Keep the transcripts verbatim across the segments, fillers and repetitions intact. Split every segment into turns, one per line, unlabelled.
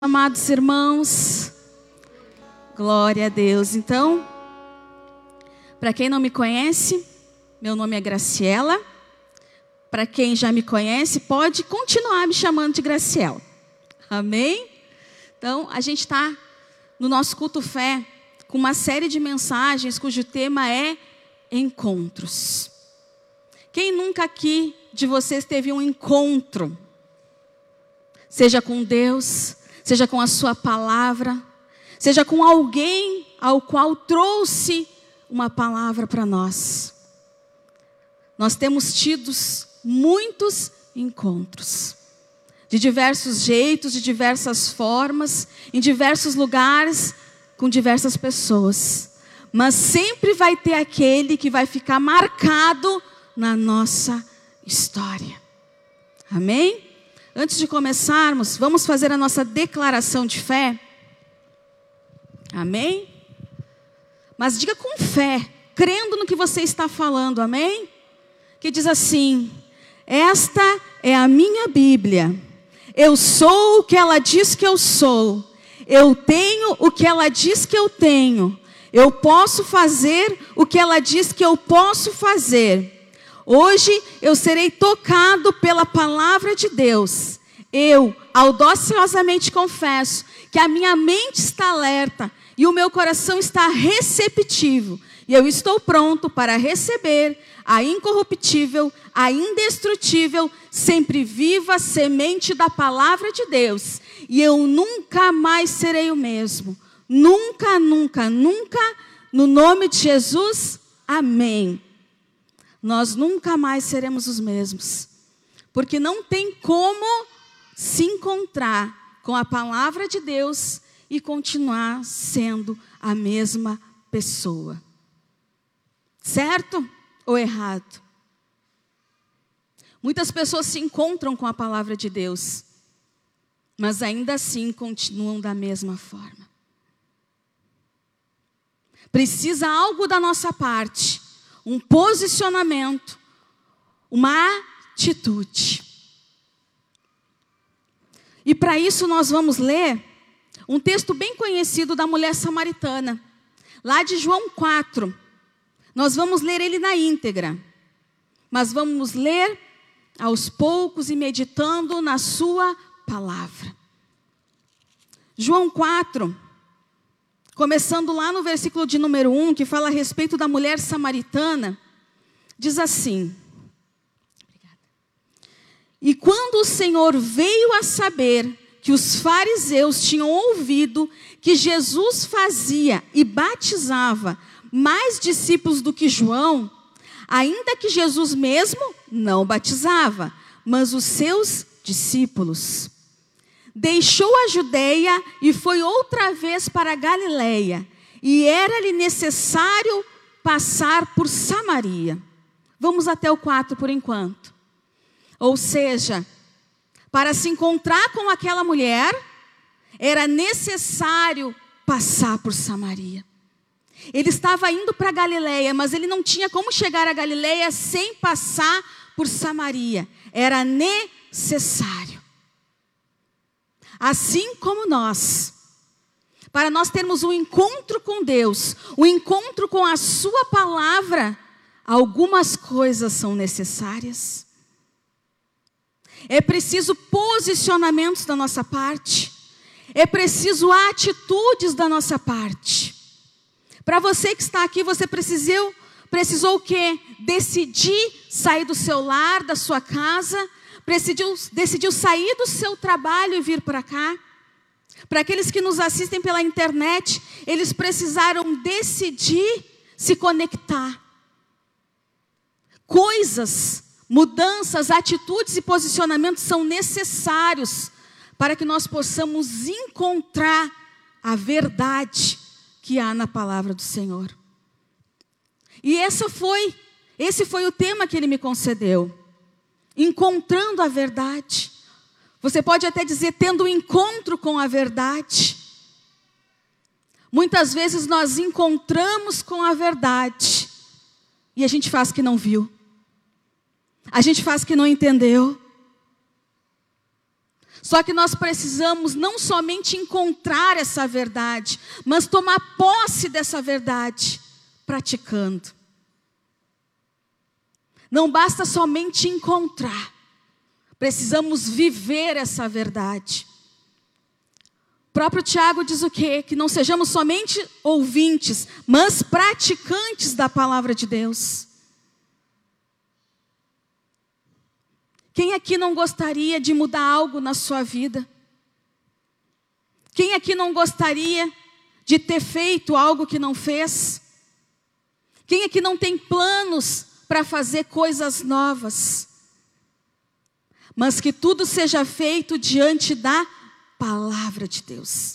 Amados irmãos, glória a Deus. Então, para quem não me conhece, meu nome é Graciela. Para quem já me conhece, pode continuar me chamando de Graciela. Amém? Então, a gente está no nosso culto fé com uma série de mensagens cujo tema é encontros. Quem nunca aqui de vocês teve um encontro? Seja com Deus, seja com a sua palavra, seja com alguém ao qual trouxe uma palavra para nós. Nós temos tido muitos encontros, de diversos jeitos, de diversas formas, em diversos lugares, com diversas pessoas. Mas sempre vai ter aquele que vai ficar marcado na nossa história. Amém? Antes de começarmos, vamos fazer a nossa declaração de fé. Amém? Mas diga com fé, crendo no que você está falando, amém? Que diz assim: esta é a minha Bíblia. Eu sou o que ela diz que eu sou. Eu tenho o que ela diz que eu tenho. Eu posso fazer o que ela diz que eu posso fazer. Hoje eu serei tocado pela palavra de Deus. Eu audaciosamente confesso que a minha mente está alerta e o meu coração está receptivo. E eu estou pronto para receber a incorruptível, a indestrutível, sempre viva semente da palavra de Deus. E eu nunca mais serei o mesmo. Nunca, nunca, nunca, no nome de Jesus, amém. Nós nunca mais seremos os mesmos, porque não tem como se encontrar com a palavra de Deus e continuar sendo a mesma pessoa. Certo ou errado? Muitas pessoas se encontram com a palavra de Deus, mas ainda assim continuam da mesma forma. Precisa algo da nossa parte. Um posicionamento, uma atitude. E para isso nós vamos ler um texto bem conhecido da mulher samaritana, lá de João quatro. Nós vamos ler ele na íntegra, mas vamos ler aos poucos e meditando na sua palavra. João quatro. Começando lá no versículo de número um, que fala a respeito da mulher samaritana, diz assim: e quando o Senhor veio a saber que os fariseus tinham ouvido que Jesus fazia e batizava mais discípulos do que João, ainda que Jesus mesmo não batizava, mas os seus discípulos, deixou a Judeia e foi outra vez para a Galileia, e era-lhe necessário passar por Samaria. Vamos até o quatro por enquanto. Ou seja, para se encontrar com aquela mulher, era necessário passar por Samaria. Ele estava indo para a Galileia, mas ele não tinha como chegar a Galileia sem passar por Samaria. Era necessário. Assim como nós, para nós termos um encontro com Deus, um encontro com a sua palavra, algumas coisas são necessárias. É preciso posicionamentos da nossa parte. É preciso atitudes da nossa parte. Para você que está aqui, você precisou, precisou o quê? Decidir sair do seu lar, da sua casa. Decidiu, decidiu sair do seu trabalho e vir para cá. Para aqueles que nos assistem pela internet, eles precisaram decidir se conectar. Coisas, mudanças, atitudes e posicionamentos são necessários para que nós possamos encontrar a verdade que há na palavra do Senhor. E essa foi, esse foi o tema que Ele me concedeu. Encontrando a verdade. Você pode até dizer, tendo um encontro com a verdade. Muitas vezes nós encontramos com a verdade e a gente faz que não viu. A gente faz que não entendeu. Só que nós precisamos não somente encontrar essa verdade, mas tomar posse dessa verdade, praticando. Não basta somente encontrar, precisamos viver essa verdade. O próprio Tiago diz o quê? Que não sejamos somente ouvintes, mas praticantes da palavra de Deus. Quem aqui não gostaria de mudar algo na sua vida? Quem aqui não gostaria de ter feito algo que não fez? Quem aqui não tem planos para fazer coisas novas? Mas que tudo seja feito diante da palavra de Deus.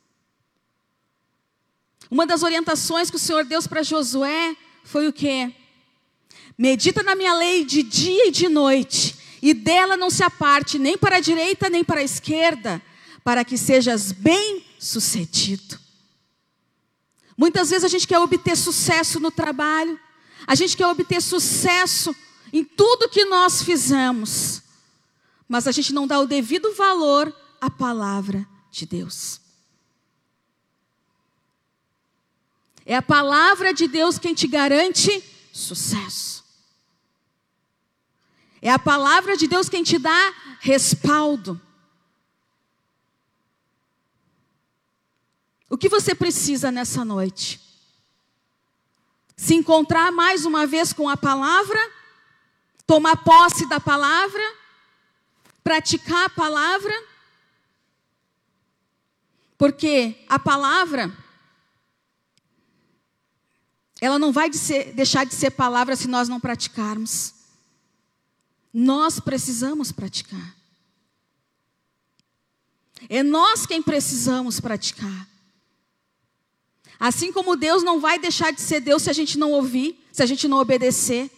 Uma das orientações que o Senhor deu para Josué foi o quê? Medita na minha lei de dia e de noite, e dela não se aparte nem para a direita nem para a esquerda, para que sejas bem-sucedido. Muitas vezes a gente quer obter sucesso no trabalho, a gente quer obter sucesso em tudo que nós fizemos, mas a gente não dá o devido valor à palavra de Deus. É a palavra de Deus quem te garante sucesso. É a palavra de Deus quem te dá respaldo. O que você precisa nessa noite? Se encontrar mais uma vez com a palavra, tomar posse da palavra, praticar a palavra, porque a palavra, ela não vai de ser, deixar de ser palavra se nós não praticarmos. Nós precisamos praticar. É nós quem precisamos praticar. Assim como Deus não vai deixar de ser Deus se a gente não ouvir, se a gente não obedecer.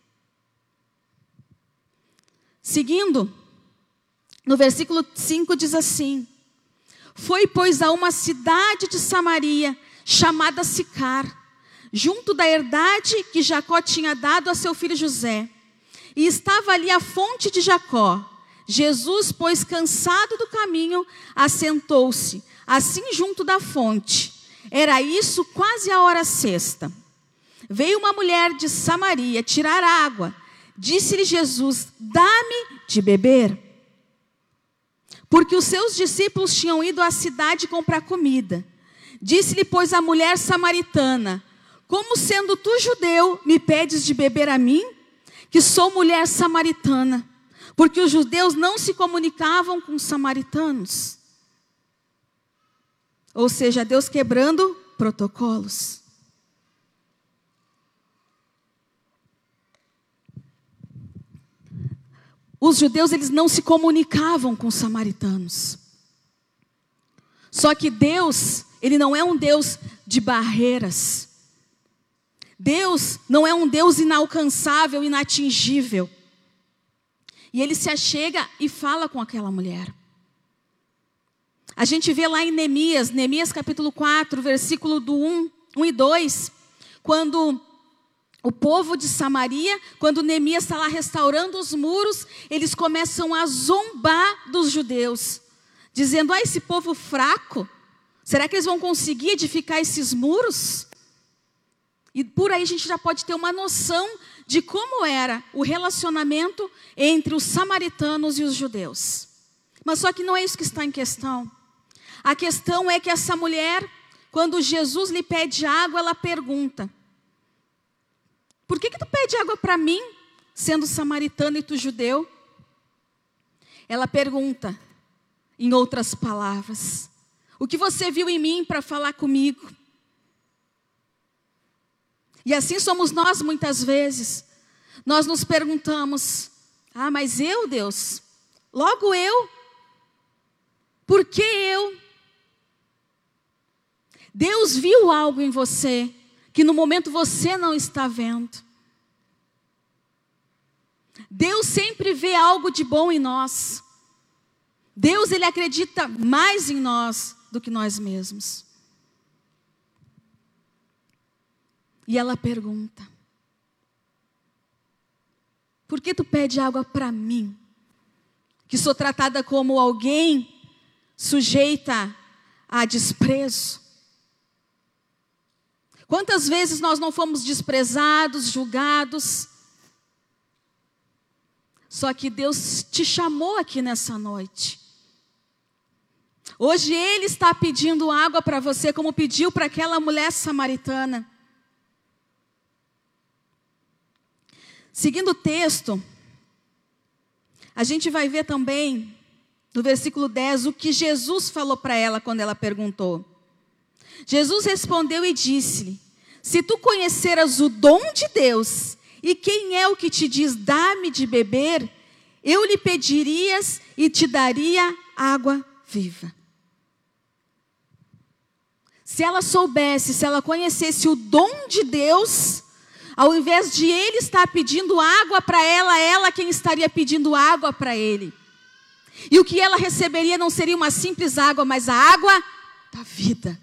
Seguindo, no versículo cinco diz assim: foi, pois, a uma cidade de Samaria, chamada Sicar, junto da herdade que Jacó tinha dado a seu filho José. E estava ali a fonte de Jacó. Jesus, pois, cansado do caminho, assentou-se, assim junto da fonte. Era isso quase a hora sexta. Veio uma mulher de Samaria tirar água. Disse-lhe Jesus: dá-me de beber. Porque os seus discípulos tinham ido à cidade comprar comida. Disse-lhe, pois, a mulher samaritana: como sendo tu judeu, me pedes de beber a mim, que sou mulher samaritana? Porque os judeus não se comunicavam com os samaritanos. Ou seja, Deus quebrando protocolos. Os judeus, eles não se comunicavam com os samaritanos. Só que Deus, Ele não é um Deus de barreiras. Deus não é um Deus inalcançável, inatingível. E Ele se achega e fala com aquela mulher. A gente vê lá em Neemias, Neemias capítulo quatro, versículo do um, um e dois, quando o povo de Samaria, quando Neemias está lá restaurando os muros, eles começam a zombar dos judeus, dizendo: ah, esse povo fraco, será que eles vão conseguir edificar esses muros? E por aí a gente já pode ter uma noção de como era o relacionamento entre os samaritanos e os judeus. Mas só que não é isso que está em questão. A questão é que essa mulher, quando Jesus lhe pede água, ela pergunta: por que que tu pede água para mim, sendo samaritano e tu judeu? Ela pergunta, em outras palavras: o que você viu em mim para falar comigo? E assim somos nós muitas vezes. Nós nos perguntamos: ah, mas eu, Deus, logo eu? Por que eu? Deus viu algo em você que no momento você não está vendo. Deus sempre vê algo de bom em nós. Deus, Ele acredita mais em nós do que nós mesmos. E ela pergunta: por que tu pede água para mim, que sou tratada como alguém sujeita a desprezo? Quantas vezes nós não fomos desprezados, julgados? Só que Deus te chamou aqui nessa noite. Hoje Ele está pedindo água para você, como pediu para aquela mulher samaritana. Seguindo o texto, a gente vai ver também, no versículo dez, o que Jesus falou para ela quando ela perguntou. Jesus respondeu e disse-lhe: se tu conheceras o dom de Deus, e quem é o que te diz, dá-me de beber, eu lhe pedirias e te daria água viva. Se ela soubesse, se ela conhecesse o dom de Deus, ao invés de Ele estar pedindo água para ela, ela quem estaria pedindo água para Ele. E o que ela receberia não seria uma simples água, mas a água da vida.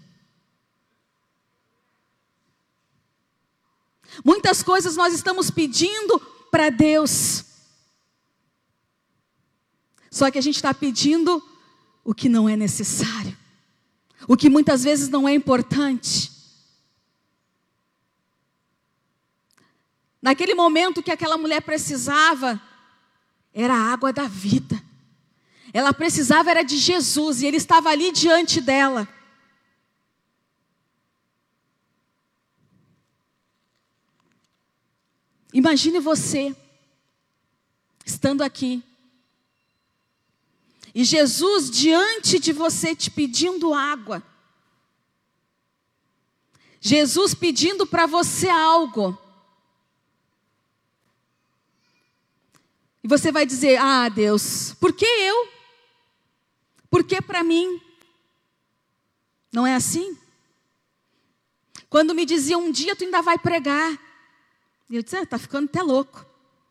Muitas coisas nós estamos pedindo para Deus. Só que a gente está pedindo o que não é necessário. O que muitas vezes não é importante. Naquele momento que aquela mulher precisava, era a água da vida. Ela precisava era de Jesus e Ele estava ali diante dela. Imagine você estando aqui e Jesus diante de você te pedindo água. Jesus pedindo para você algo. E você vai dizer: ah, Deus, por que eu? Por que para mim? Não é assim? Quando me diziam um dia tu ainda vai pregar. E eu disse: ah, está ficando até louco.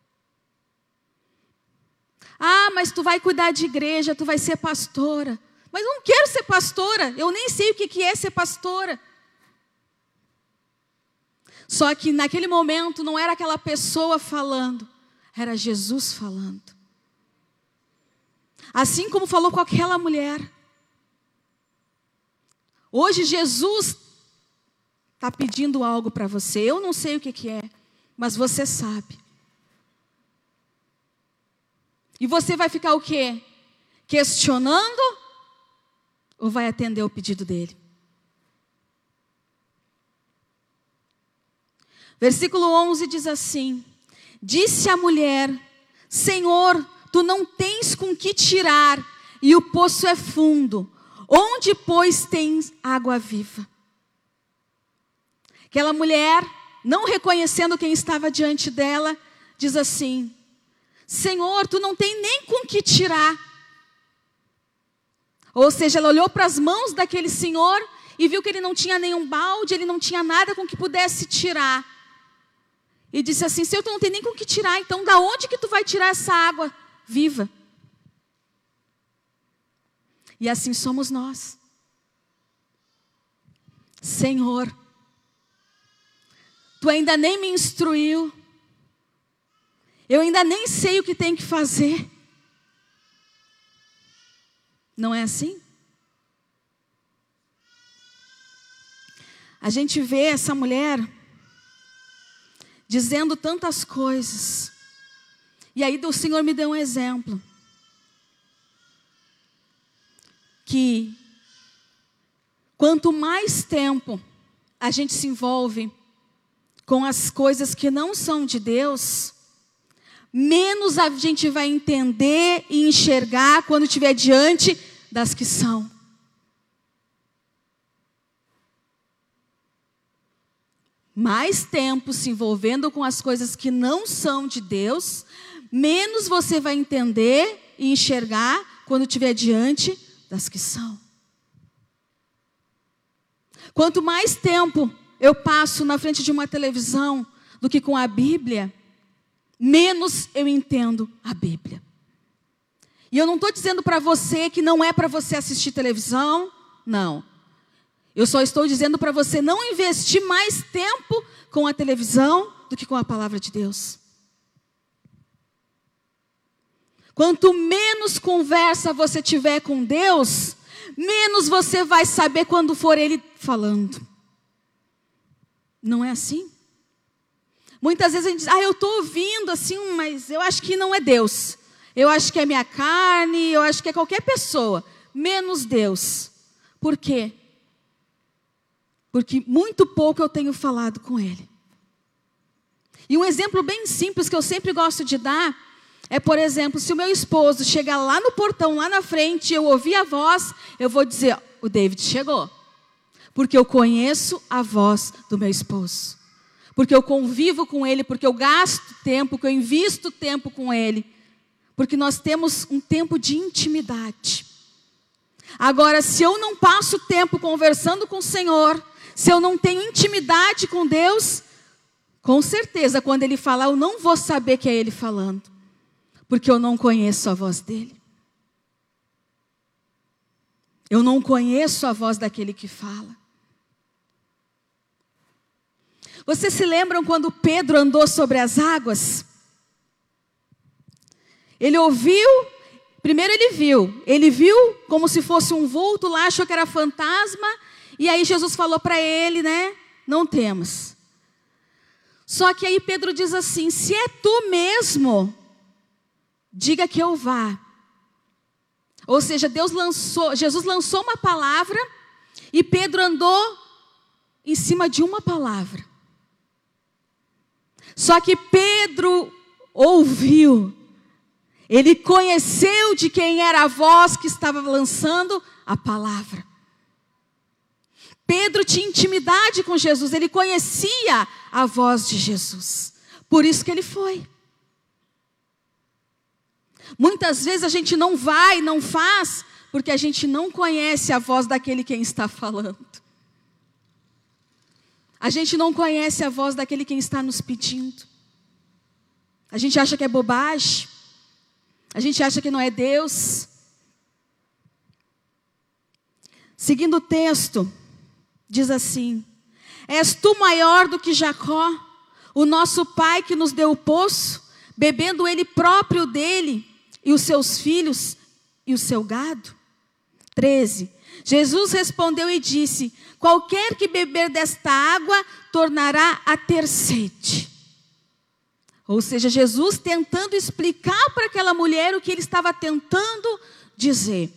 Ah, mas tu vai cuidar de igreja, tu vai ser pastora. Mas eu não quero ser pastora, eu nem sei o que é ser pastora. Só que naquele momento não era aquela pessoa falando, era Jesus falando. Assim como falou com aquela mulher. Hoje Jesus está pedindo algo para você. Eu não sei o que, que é, mas você sabe. E você vai ficar o quê? Questionando? Ou vai atender o pedido dele? Versículo onze diz assim: disse a mulher: Senhor, tu não tens com que tirar, e o poço é fundo. Onde, pois, tens água viva? Aquela mulher, não reconhecendo quem estava diante dela, diz assim: Senhor, tu não tem nem com que tirar. Ou seja, ela olhou para as mãos daquele senhor e viu que ele não tinha nenhum balde, ele não tinha nada com que pudesse tirar. E disse assim: Senhor, tu não tem nem com que tirar, então da onde que tu vai tirar essa água viva? E assim somos nós. Senhor, tu ainda nem me instruiu, eu ainda nem sei o que tem que fazer. Não é assim? A gente vê essa mulher dizendo tantas coisas. E aí o Senhor me deu um exemplo. Que quanto mais tempo a gente se envolve com as coisas que não são de Deus, menos a gente vai entender e enxergar quando estiver diante das que são. Mais tempo se envolvendo com as coisas que não são de Deus, menos você vai entender e enxergar quando estiver diante das que são. Quanto mais tempo eu passo na frente de uma televisão do que com a Bíblia, menos eu entendo a Bíblia. E eu não estou dizendo para você que não é para você assistir televisão, não. Eu só estou dizendo para você não investir mais tempo com a televisão do que com a palavra de Deus. Quanto menos conversa você tiver com Deus, menos você vai saber quando for Ele falando. Não é assim? Muitas vezes a gente diz, ah, eu estou ouvindo assim, mas eu acho que não é Deus. Eu acho que é minha carne, eu acho que é qualquer pessoa, menos Deus. Por quê? Porque muito pouco eu tenho falado com Ele. E um exemplo bem simples que eu sempre gosto de dar é, por exemplo, se o meu esposo chegar lá no portão, lá na frente, eu ouvir a voz, eu vou dizer, o David chegou. Porque eu conheço a voz do meu esposo. Porque eu convivo com ele, porque eu gasto tempo, porque eu invisto tempo com ele. Porque nós temos um tempo de intimidade. Agora, se eu não passo tempo conversando com o Senhor, se eu não tenho intimidade com Deus, com certeza, quando Ele falar, eu não vou saber que é Ele falando. Porque eu não conheço a voz dEle. Eu não conheço a voz daquele que fala. Vocês se lembram quando Pedro andou sobre as águas? Ele ouviu, primeiro ele viu, ele viu como se fosse um vulto lá, achou que era fantasma, e aí Jesus falou para ele, né, não temas. Só que aí Pedro diz assim, se é tu mesmo, diga que eu vá. Ou seja, Deus lançou, Jesus lançou uma palavra, e Pedro andou em cima de uma palavra. Só que Pedro ouviu, ele conheceu de quem era a voz que estava lançando a palavra. Pedro tinha intimidade com Jesus, ele conhecia a voz de Jesus, por isso que ele foi. Muitas vezes a gente não vai, não faz, porque a gente não conhece a voz daquele quem está falando. A gente não conhece a voz daquele quem está nos pedindo. A gente acha que é bobagem. A gente acha que não é Deus. Seguindo o texto, diz assim, és tu maior do que Jacó, o nosso pai que nos deu o poço, bebendo ele próprio dele, e os seus filhos, e o seu gado? treze. Jesus respondeu e disse, qualquer que beber desta água, tornará a ter sede. Ou seja, Jesus tentando explicar para aquela mulher o que ele estava tentando dizer.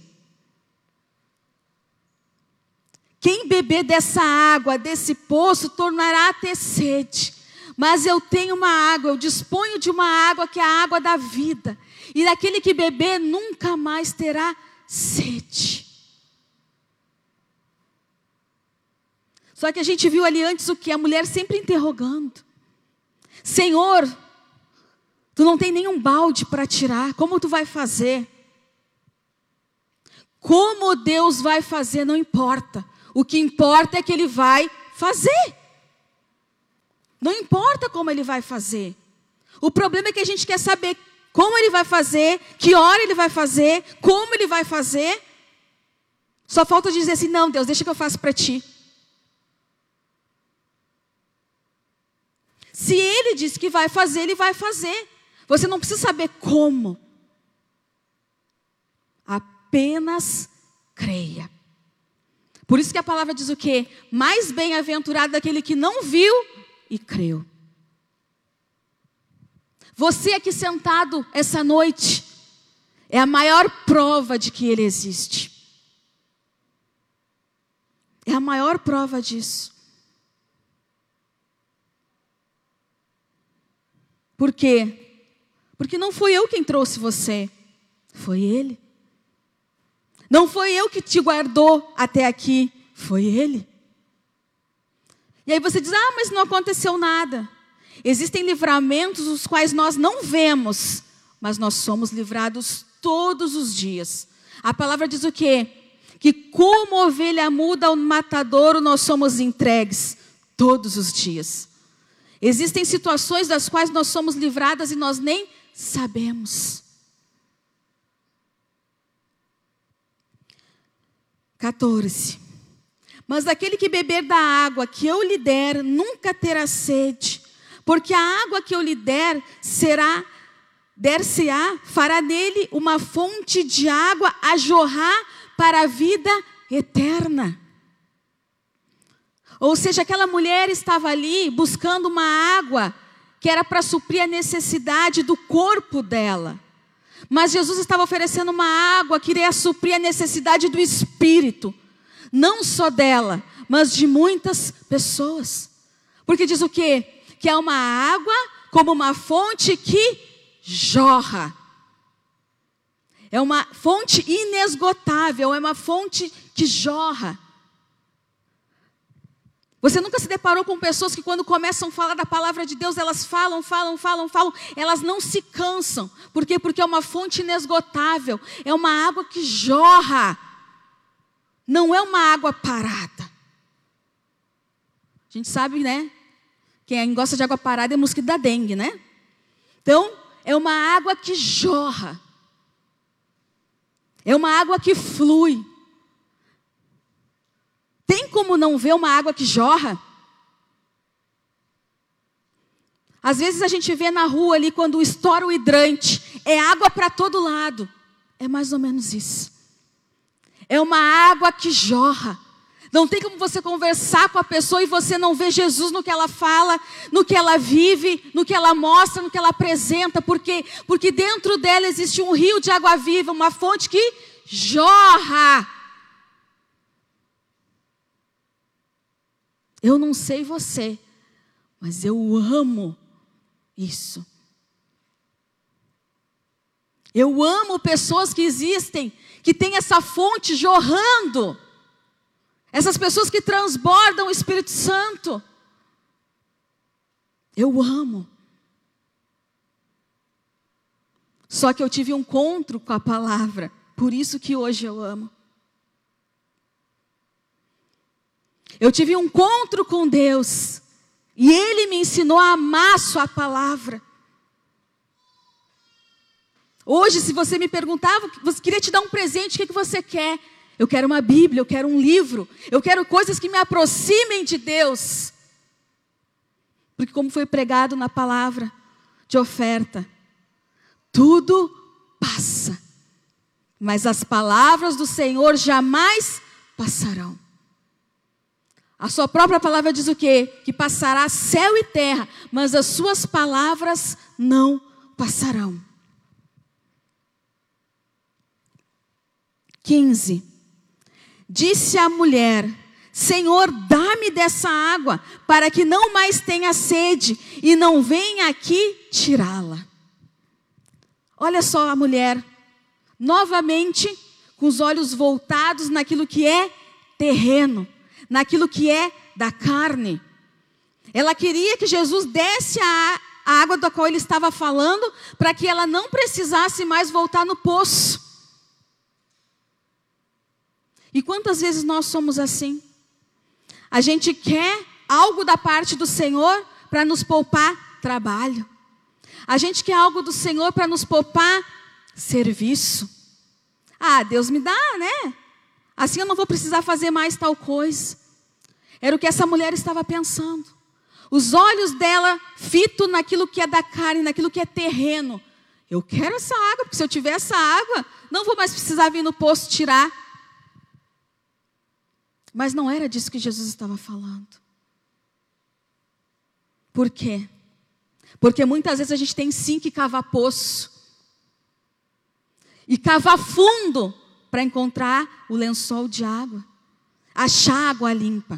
Quem beber dessa água, desse poço, tornará a ter sede. Mas eu tenho uma água, eu disponho de uma água que é a água da vida. E daquele que beber nunca mais terá sede. Só que a gente viu ali antes o que? A mulher sempre interrogando. Senhor, tu não tem nenhum balde para tirar, como tu vai fazer? Como Deus vai fazer, não importa. O que importa é que Ele vai fazer. Não importa como Ele vai fazer. O problema é que a gente quer saber como Ele vai fazer, que hora Ele vai fazer, como Ele vai fazer. Só falta dizer assim, não Deus, deixa que eu faço para Ti. Se Ele disse que vai fazer, Ele vai fazer. Você não precisa saber como. Apenas creia. Por isso que a palavra diz o quê? Mais bem-aventurado daquele que não viu e creu. Você aqui sentado essa noite é a maior prova de que Ele existe. É a maior prova disso. Por quê? Porque não foi eu quem trouxe você, foi Ele. Não foi eu que te guardou até aqui, foi Ele. E aí você diz, ah, mas não aconteceu nada. Existem livramentos os quais nós não vemos, mas nós somos livrados todos os dias. A palavra diz o quê? Que como ovelha muda ao matadouro, nós somos entregues todos os dias. Existem situações das quais nós somos livradas e nós nem sabemos. quatorze. Mas aquele que beber da água que eu lhe der, nunca terá sede, porque a água que eu lhe der será der-se-á, fará nele uma fonte de água a jorrar para a vida eterna. Ou seja, aquela mulher estava ali buscando uma água que era para suprir a necessidade do corpo dela. Mas Jesus estava oferecendo uma água que iria suprir a necessidade do espírito. Não só dela, mas de muitas pessoas. Porque diz o quê? Que é uma água como uma fonte que jorra. É uma fonte inesgotável, é uma fonte que jorra. Você nunca se deparou com pessoas que quando começam a falar da palavra de Deus, elas falam, falam, falam, falam, elas não se cansam. Por quê? Porque é uma fonte inesgotável, é uma água que jorra. Não é uma água parada. A gente sabe, né? Quem gosta de água parada é mosquito da dengue, né? Então, é uma água que jorra. É uma água que flui. Tem como não ver uma água que jorra? Às vezes a gente vê na rua ali, quando estoura o hidrante, é água para todo lado. É mais ou menos isso. É uma água que jorra. Não tem como você conversar com a pessoa e você não ver Jesus no que ela fala, no que ela vive, no que ela mostra, no que ela apresenta. Por quê? Porque dentro dela existe um rio de água viva, uma fonte que jorra. Eu não sei você, mas eu amo isso. Eu amo pessoas que existem, que têm essa fonte jorrando. Essas pessoas que transbordam o Espírito Santo. Eu amo. Só que eu tive um encontro com a palavra, por isso que hoje eu amo. Eu tive um encontro com Deus, e Ele me ensinou a amar a sua palavra. Hoje, se você me perguntava, você queria te dar um presente, o que, que você quer? Eu quero uma Bíblia, eu quero um livro, eu quero coisas que me aproximem de Deus. Porque como foi pregado na palavra de oferta, tudo passa, mas as palavras do Senhor jamais passarão. A sua própria palavra diz o quê? Que passará céu e terra, mas as suas palavras não passarão. quinze. Disse a mulher: Senhor, dá-me dessa água, para que não mais tenha sede, e não venha aqui tirá-la. Olha só a mulher, novamente, com os olhos voltados naquilo que é terreno, naquilo que é da carne. Ela queria que Jesus desse a, a água da qual ele estava falando, para que ela não precisasse mais voltar no poço. E quantas vezes nós somos assim? A gente quer algo da parte do Senhor para nos poupar trabalho. A gente quer algo do Senhor para nos poupar serviço. Ah, Deus me dá, né? Assim eu não vou precisar fazer mais tal coisa. Era o que essa mulher estava pensando. Os olhos dela fitos naquilo que é da carne, naquilo que é terreno. Eu quero essa água, porque se eu tiver essa água, não vou mais precisar vir no poço tirar. Mas não era disso que Jesus estava falando. Por quê? Porque muitas vezes a gente tem sim que cavar poço. E cavar fundo para encontrar o lençol de água. Achar água limpa.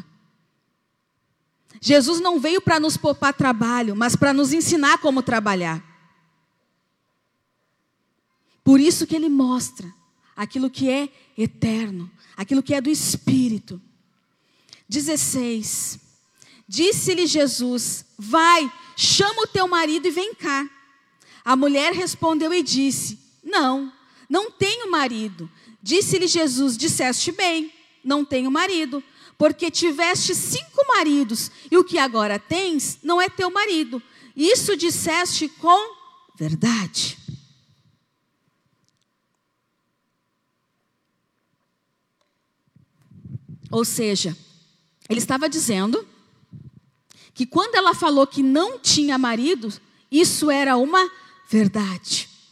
Jesus não veio para nos poupar trabalho, mas para nos ensinar como trabalhar. Por isso que Ele mostra aquilo que é eterno, aquilo que é do Espírito. dezesseis. Disse-lhe Jesus: vai, chama o teu marido e vem cá. A mulher respondeu e disse: não, não tenho marido. Disse-lhe Jesus: disseste bem, não tenho marido, porque tiveste cinco maridos, e o que agora tens não é teu marido. Isso disseste com verdade. Ou seja, ele estava dizendo que quando ela falou que não tinha marido, isso era uma verdade.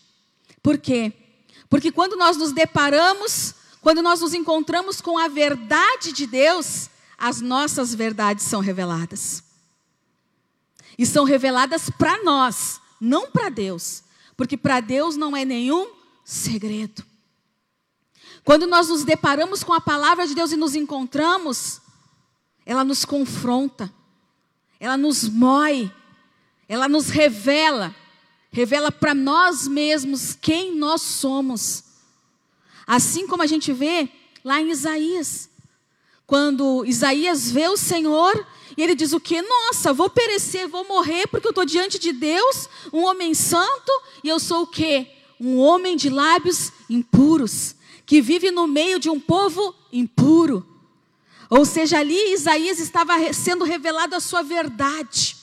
Por quê? Porque quando nós nos deparamos, quando nós nos encontramos com a verdade de Deus, as nossas verdades são reveladas. E são reveladas para nós, não para Deus. Porque para Deus não é nenhum segredo. Quando nós nos deparamos com a palavra de Deus e nos encontramos, ela nos confronta, ela nos mói, ela nos revela, revela para nós mesmos quem nós somos. Assim como a gente vê lá em Isaías, quando Isaías vê o Senhor e ele diz o quê? Nossa, vou perecer, vou morrer porque eu estou diante de Deus, um homem santo, e eu sou o quê? Um homem de lábios impuros, que vive no meio de um povo impuro. Ou seja, ali Isaías estava sendo revelado a sua verdade.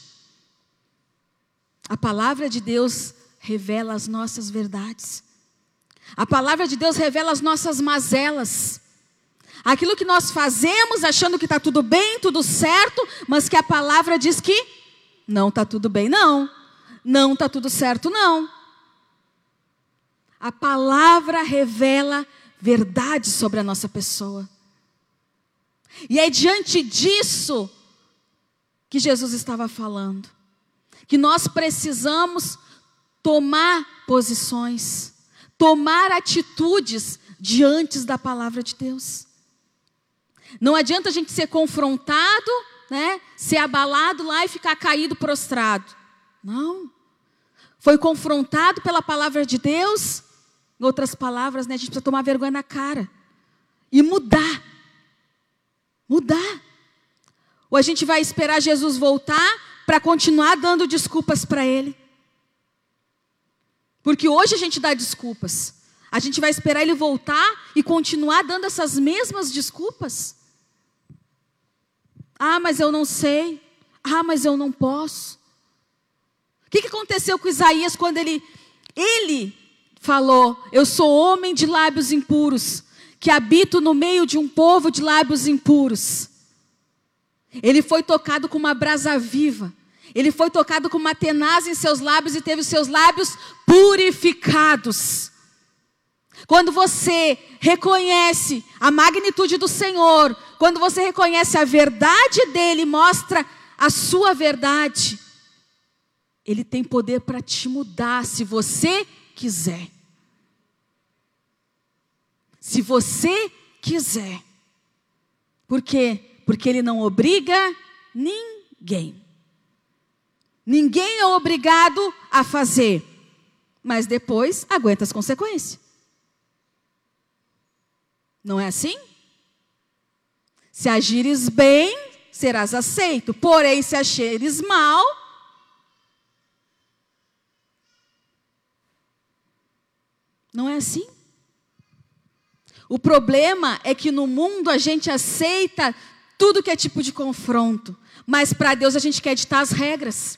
A palavra de Deus revela as nossas verdades. A palavra de Deus revela as nossas mazelas. Aquilo que nós fazemos achando que está tudo bem, tudo certo, mas que a palavra diz que não está tudo bem, não. Não está tudo certo, não. A palavra revela verdade sobre a nossa pessoa. E é diante disso que Jesus estava falando. Que nós precisamos tomar posições, tomar atitudes diante da palavra de Deus. Não adianta a gente ser confrontado, né, ser abalado lá e ficar caído, prostrado. Não. Foi confrontado pela palavra de Deus. Em outras palavras, né, a gente precisa tomar vergonha na cara e mudar. Mudar. Ou a gente vai esperar Jesus voltar para continuar dando desculpas para Ele. Porque hoje a gente dá desculpas. A gente vai esperar Ele voltar e continuar dando essas mesmas desculpas. Ah, mas eu não sei. Ah, mas eu não posso. O que, que aconteceu com Isaías quando ele, ele falou, eu sou homem de lábios impuros, que habito no meio de um povo de lábios impuros. Ele foi tocado com uma brasa viva. Ele foi tocado com uma tenaz em seus lábios e teve os seus lábios purificados. Quando você reconhece a magnitude do Senhor, quando você reconhece a verdade dEle, mostra a sua verdade, Ele tem poder para te mudar, se você quiser. Se você quiser. Por quê? Porque Ele não obriga ninguém. Ninguém é obrigado a fazer. Mas depois aguenta as consequências. Não é assim? Se agires bem, serás aceito. Porém, se achares mal, não é assim? O problema é que no mundo a gente aceita tudo que é tipo de confronto. Mas para Deus a gente quer ditar as regras.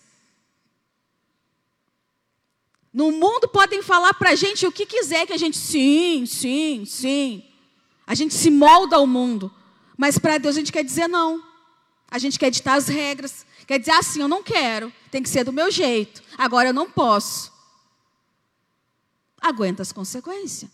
No mundo podem falar para a gente o que quiser, que a gente sim, sim, sim. A gente se molda ao mundo. Mas para Deus a gente quer dizer não. A gente quer ditar as regras. Quer dizer assim, eu não quero. Tem que ser do meu jeito. Agora eu não posso. Aguenta as consequências.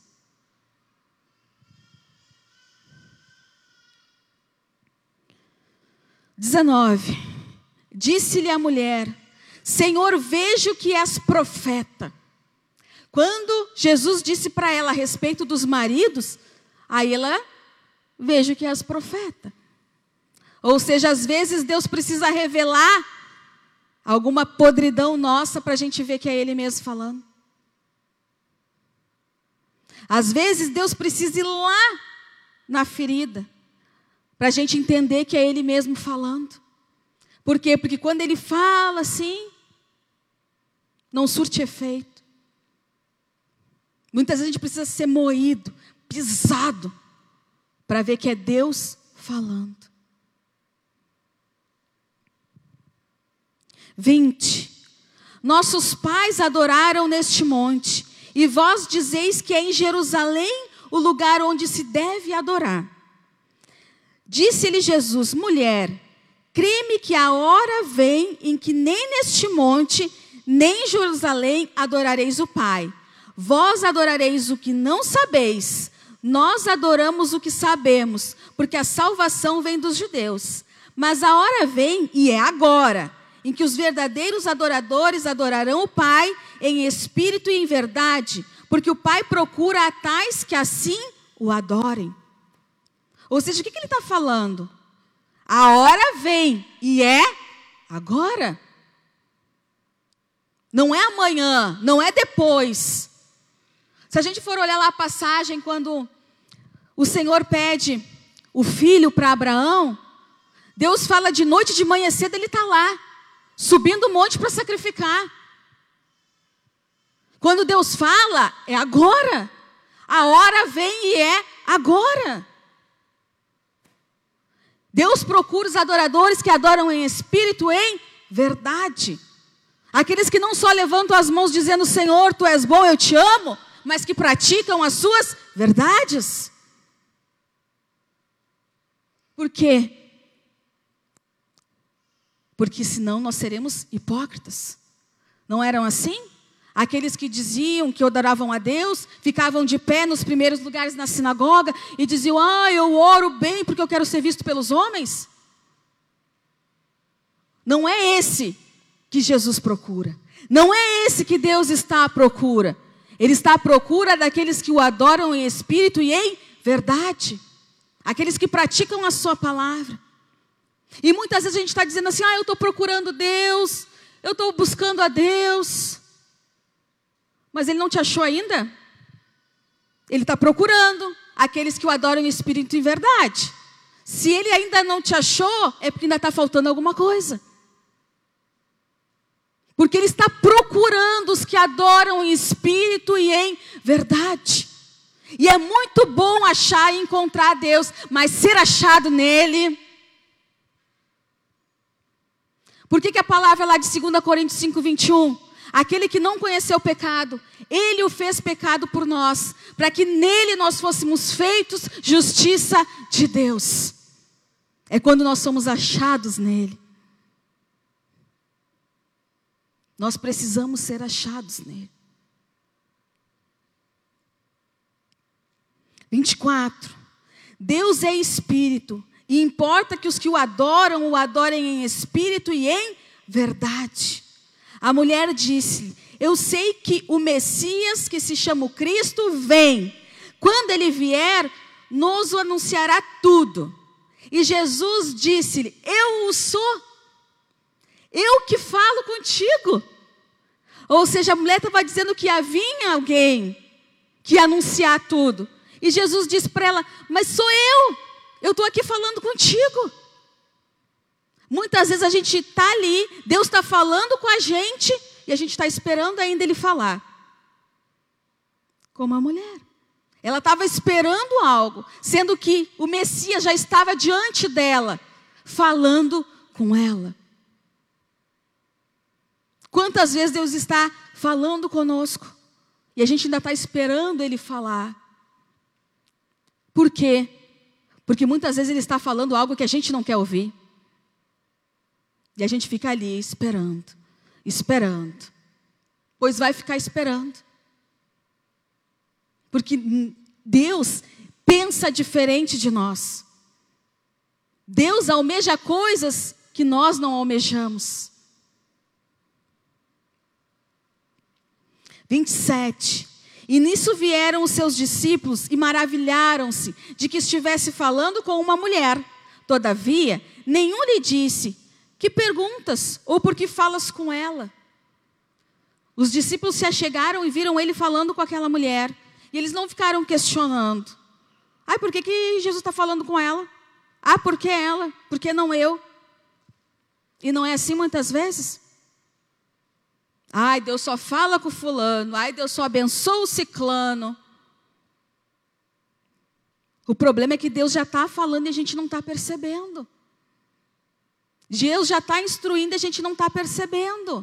dezenove. Disse-lhe a mulher, Senhor, vejo que és profeta. Quando Jesus disse para ela a respeito dos maridos, aí ela, vejo que és profeta. Ou seja, às vezes Deus precisa revelar alguma podridão nossa para a gente ver que é Ele mesmo falando. Às vezes Deus precisa ir lá na ferida, para a gente entender que é Ele mesmo falando. Por quê? Porque quando Ele fala assim, não surte efeito. Muitas vezes a gente precisa ser moído, pisado, para ver que é Deus falando. vinte. Nossos pais adoraram neste monte, e vós dizeis que é em Jerusalém o lugar onde se deve adorar. Disse-lhe Jesus, mulher, crê-me que a hora vem em que nem neste monte, nem em Jerusalém adorareis o Pai. Vós adorareis o que não sabeis, nós adoramos o que sabemos, porque a salvação vem dos judeus. Mas a hora vem, e é agora, em que os verdadeiros adoradores adorarão o Pai em espírito e em verdade, porque o Pai procura a tais que assim o adorem. Ou seja, o que, que ele está falando? A hora vem, e é agora. Não é amanhã, não é depois. Se a gente for olhar lá a passagem, quando o Senhor pede o filho para Abraão, Deus fala de noite, de manhã cedo, ele está lá, subindo o monte para sacrificar. Quando Deus fala, é agora. A hora vem e é agora. Deus procura os adoradores que adoram em espírito e em verdade. Aqueles que não só levantam as mãos dizendo, Senhor, Tu és bom, eu te amo, mas que praticam as suas verdades. Por quê? Porque senão nós seremos hipócritas. Não eram assim? Aqueles que diziam que adoravam a Deus, ficavam de pé nos primeiros lugares na sinagoga e diziam, ah, eu oro bem porque eu quero ser visto pelos homens. Não é esse que Jesus procura. Não é esse que Deus está à procura. Ele está à procura daqueles que o adoram em espírito e em verdade. Aqueles que praticam a sua palavra. E muitas vezes a gente está dizendo assim, ah, eu estou procurando Deus, eu estou buscando a Deus. Mas Ele não te achou ainda? Ele está procurando aqueles que o adoram em espírito e em verdade. Se Ele ainda não te achou, é porque ainda está faltando alguma coisa. Porque Ele está procurando os que adoram em espírito e em verdade. E é muito bom achar e encontrar Deus, mas ser achado nele. Por que que a palavra lá de segunda Coríntios cinco, vinte e um? Aquele que não conheceu o pecado, Ele o fez pecado por nós, para que nele nós fôssemos feitos justiça de Deus. É quando nós somos achados nele. Nós precisamos ser achados nele. vinte e quatro. Deus é espírito, e importa que os que o adoram, o adorem em espírito e em verdade. A mulher disse, eu sei que o Messias, que se chama o Cristo, vem. Quando ele vier, nos o anunciará tudo. E Jesus disse-lhe, eu o sou. Eu que falo contigo. Ou seja, a mulher estava dizendo que havia alguém que ia anunciar tudo. E Jesus disse para ela, mas sou eu. Eu estou aqui falando contigo. Muitas vezes a gente está ali, Deus está falando com a gente, e a gente está esperando ainda Ele falar. Como a mulher. Ela estava esperando algo, sendo que o Messias já estava diante dela, falando com ela. Quantas vezes Deus está falando conosco, e a gente ainda está esperando Ele falar. Por quê? Porque muitas vezes Ele está falando algo que a gente não quer ouvir. E a gente fica ali esperando, esperando. Pois vai ficar esperando. Porque Deus pensa diferente de nós. Deus almeja coisas que nós não almejamos. vinte e sete. E nisso vieram os seus discípulos e maravilharam-se de que estivesse falando com uma mulher. Todavia, nenhum lhe disse, que perguntas ou por que falas com ela? Os discípulos se achegaram e viram ele falando com aquela mulher. E eles não ficaram questionando. Ai, por que que Jesus está falando com ela? Ah, por que ela? Por que não eu? E não é assim muitas vezes? Ai, Deus só fala com fulano. Ai, Deus só abençoa o ciclano. O problema é que Deus já está falando e a gente não está percebendo. Deus já está instruindo e a gente não está percebendo.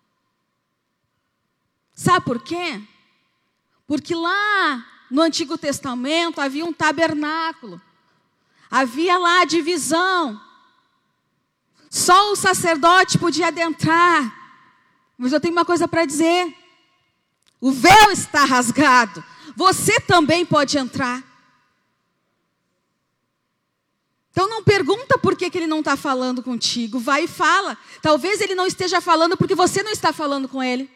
Sabe por quê? Porque lá no Antigo Testamento havia um tabernáculo. Havia lá a divisão. Só o sacerdote podia adentrar. Mas eu tenho uma coisa para dizer. O véu está rasgado. Você também pode entrar. Então não pergunta por que, que ele não está falando contigo. Vai e fala. Talvez ele não esteja falando porque você não está falando com ele.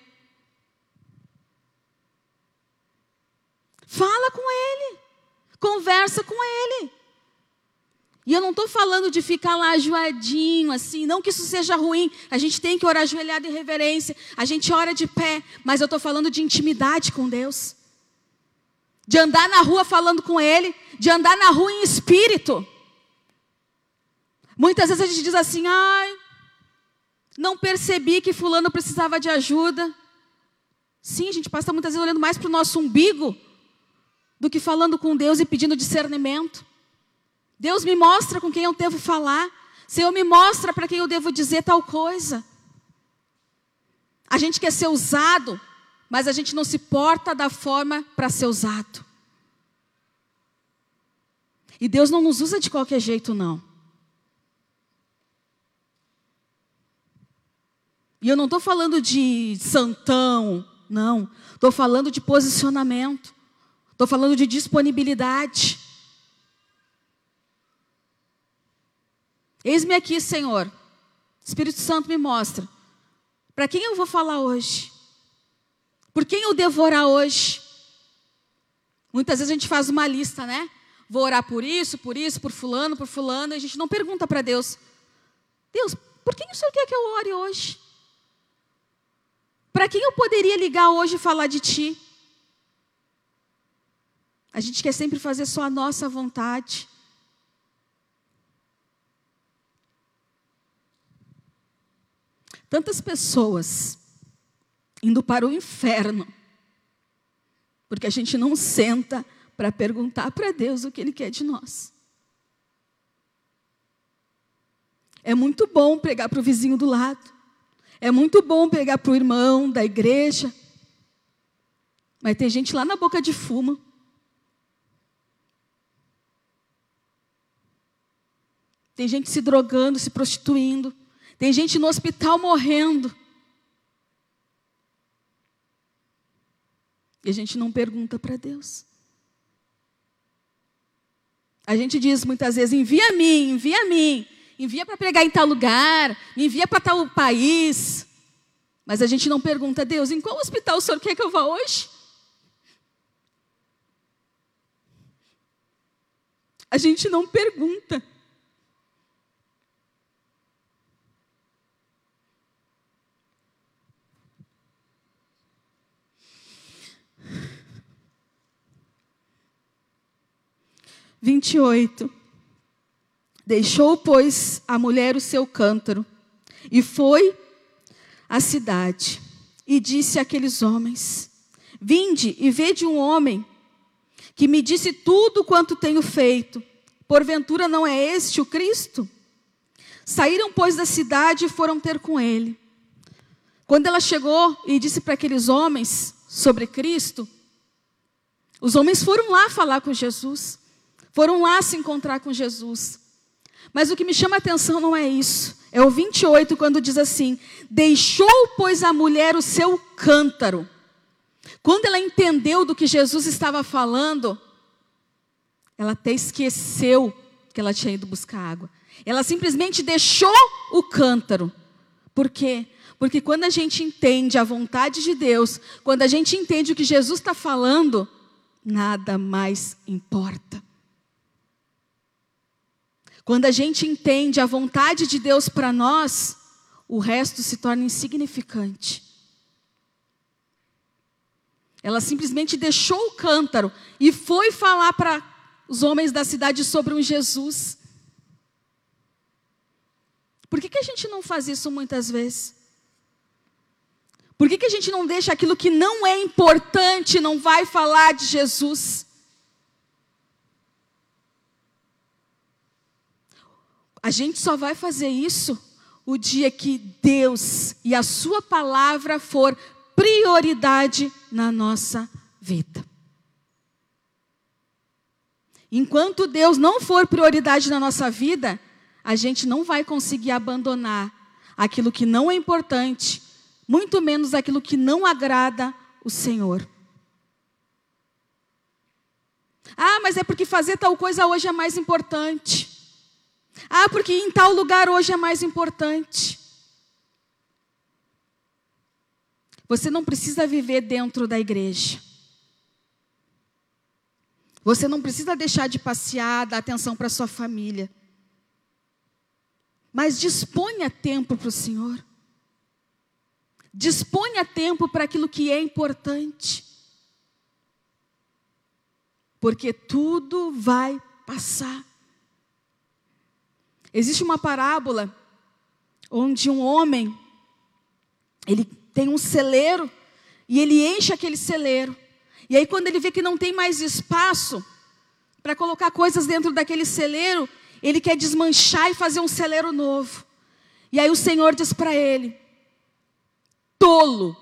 Fala com ele. Conversa com ele. E eu não estou falando de ficar lá ajoelhadinho, assim, não que isso seja ruim. A gente tem que orar ajoelhado em reverência. A gente ora de pé. Mas eu estou falando de intimidade com Deus. De andar na rua falando com Ele. De andar na rua em espírito. Muitas vezes a gente diz assim, ai, não percebi que fulano precisava de ajuda. Sim, a gente passa muitas vezes olhando mais para o nosso umbigo do que falando com Deus e pedindo discernimento. Deus me mostra com quem eu devo falar. Senhor, me mostra para quem eu devo dizer tal coisa. A gente quer ser usado, mas a gente não se porta da forma para ser usado. E Deus não nos usa de qualquer jeito, não. E eu não estou falando de santão, não. Estou falando de posicionamento. Estou falando de disponibilidade. Eis-me aqui, Senhor. Espírito Santo me mostra. Para quem eu vou falar hoje? Por quem eu devo orar hoje? Muitas vezes a gente faz uma lista, né? Vou orar por isso, por isso, por fulano, por fulano. E a gente não pergunta para Deus. Deus, por quem o Senhor quer que eu ore hoje? Para quem eu poderia ligar hoje e falar de Ti? A gente quer sempre fazer só a nossa vontade. Tantas pessoas indo para o inferno, porque a gente não senta para perguntar para Deus o que Ele quer de nós. É muito bom pregar para o vizinho do lado. É muito bom pregar para o irmão da igreja. Mas tem gente lá na boca de fumo. Tem gente se drogando, se prostituindo. Tem gente no hospital morrendo. E a gente não pergunta para Deus. A gente diz muitas vezes, envia a mim, envia a mim. Envia para pregar em tal lugar, me envia para tal país. Mas a gente não pergunta, Deus, em qual hospital o Senhor quer que eu vá hoje? A gente não pergunta. vinte e oito. Deixou, pois, a mulher o seu cântaro, e foi à cidade, e disse àqueles homens, vinde e vede um homem, que me disse tudo quanto tenho feito, porventura não é este o Cristo? Saíram, pois, da cidade e foram ter com ele. Quando ela chegou e disse para aqueles homens sobre Cristo, os homens foram lá falar com Jesus, foram lá se encontrar com Jesus. Mas o que me chama a atenção não é isso. É o vinte e oito, quando diz assim, deixou, pois, a mulher o seu cântaro. Quando ela entendeu do que Jesus estava falando, ela até esqueceu que ela tinha ido buscar água. Ela simplesmente deixou o cântaro. Por quê? Porque quando a gente entende a vontade de Deus, quando a gente entende o que Jesus está falando, nada mais importa. Quando a gente entende a vontade de Deus para nós, o resto se torna insignificante. Ela simplesmente deixou o cântaro e foi falar para os homens da cidade sobre um Jesus. Por que que a gente não faz isso muitas vezes? Por que que a gente não deixa aquilo que não é importante, não vai falar de Jesus? A gente só vai fazer isso o dia que Deus e a sua palavra for prioridade na nossa vida. Enquanto Deus não for prioridade na nossa vida, a gente não vai conseguir abandonar aquilo que não é importante, muito menos aquilo que não agrada o Senhor. Ah, mas é porque fazer tal coisa hoje é mais importante. Ah, porque em tal lugar hoje é mais importante. Você não precisa viver dentro da igreja. Você não precisa deixar de passear, dar atenção para a sua família. Mas disponha tempo para o Senhor. Disponha tempo para aquilo que é importante. Porque tudo vai passar. Existe uma parábola onde um homem, ele tem um celeiro e ele enche aquele celeiro. E aí quando ele vê que não tem mais espaço para colocar coisas dentro daquele celeiro, ele quer desmanchar e fazer um celeiro novo. E aí o Senhor diz para ele: tolo,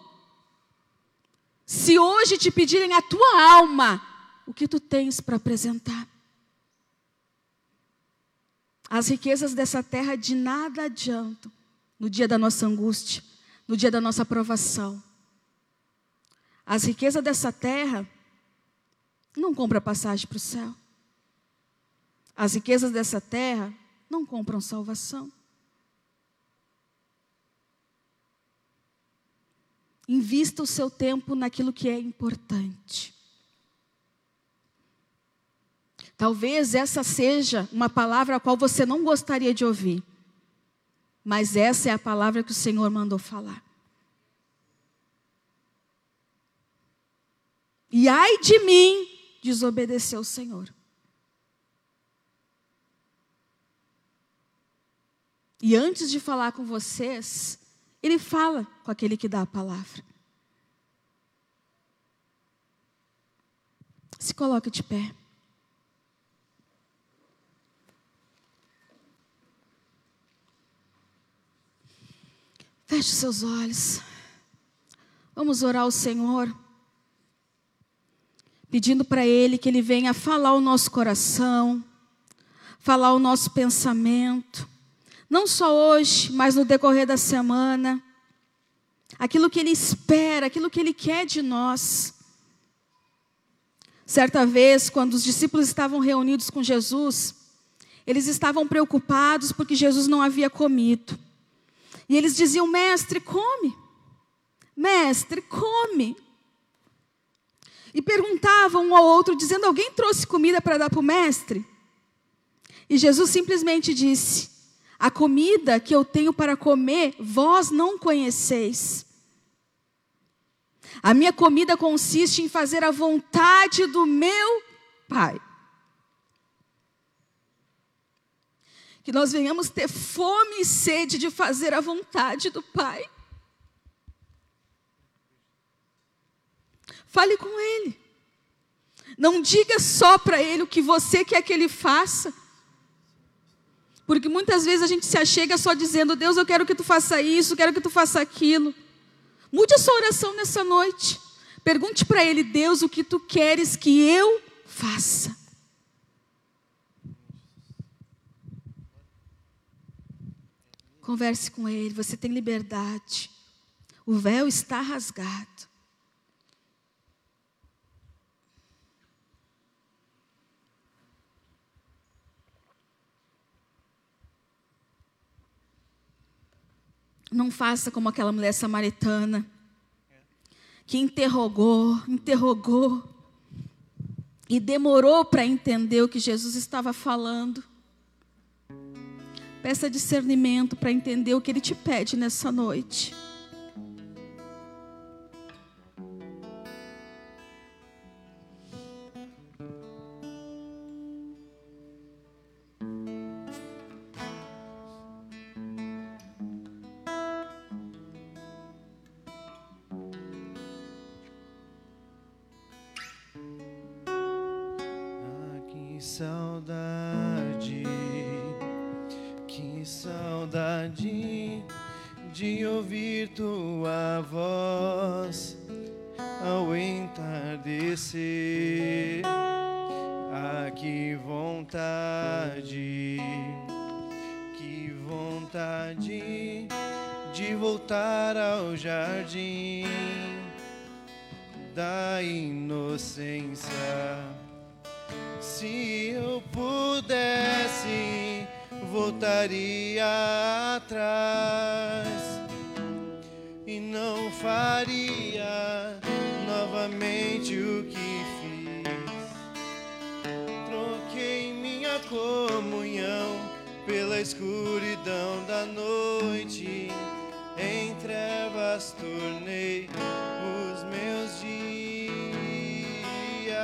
se hoje te pedirem a tua alma, o que tu tens para apresentar? As riquezas dessa terra de nada adiantam no dia da nossa angústia, no dia da nossa provação. As riquezas dessa terra não compram passagem para o céu. As riquezas dessa terra não compram salvação. Invista o seu tempo naquilo que é importante. Talvez essa seja uma palavra a qual você não gostaria de ouvir. Mas essa é a palavra que o Senhor mandou falar. E ai de mim, desobedeceu o Senhor. E antes de falar com vocês, Ele fala com aquele que dá a palavra. Se coloque de pé. Feche seus olhos. Vamos orar ao Senhor, pedindo para Ele que Ele venha falar o nosso coração, falar o nosso pensamento, não só hoje, mas no decorrer da semana, aquilo que Ele espera, aquilo que Ele quer de nós. Certa vez, quando os discípulos estavam reunidos com Jesus, eles estavam preocupados porque Jesus não havia comido. E eles diziam: mestre, come. Mestre, come. E perguntavam um ao outro, dizendo: alguém trouxe comida para dar para o mestre? E Jesus simplesmente disse: a comida que eu tenho para comer, vós não conheceis. A minha comida consiste em fazer a vontade do meu Pai. Que nós venhamos ter fome e sede de fazer a vontade do Pai. Fale com Ele. Não diga só para Ele o que você quer que Ele faça. Porque muitas vezes a gente se achega só dizendo: Deus, eu quero que Tu faça isso, eu quero que Tu faça aquilo. Mude a sua oração nessa noite. Pergunte para Ele: Deus, o que Tu queres que eu faça? Converse com Ele, você tem liberdade. O véu está rasgado. Não faça como aquela mulher samaritana, que interrogou, interrogou, e demorou para entender o que Jesus estava falando. Peça discernimento para entender o que Ele te pede nessa noite.
Ah, que saudade, que saudade de ouvir Tua voz ao entardecer. Ah, que vontade, que vontade de voltar ao jardim, da inocência. Se eu pudesse, voltaria atrás e não faria novamente o que fiz. Troquei minha comunhão pela escuridão da noite, em trevas tornei os meus dias.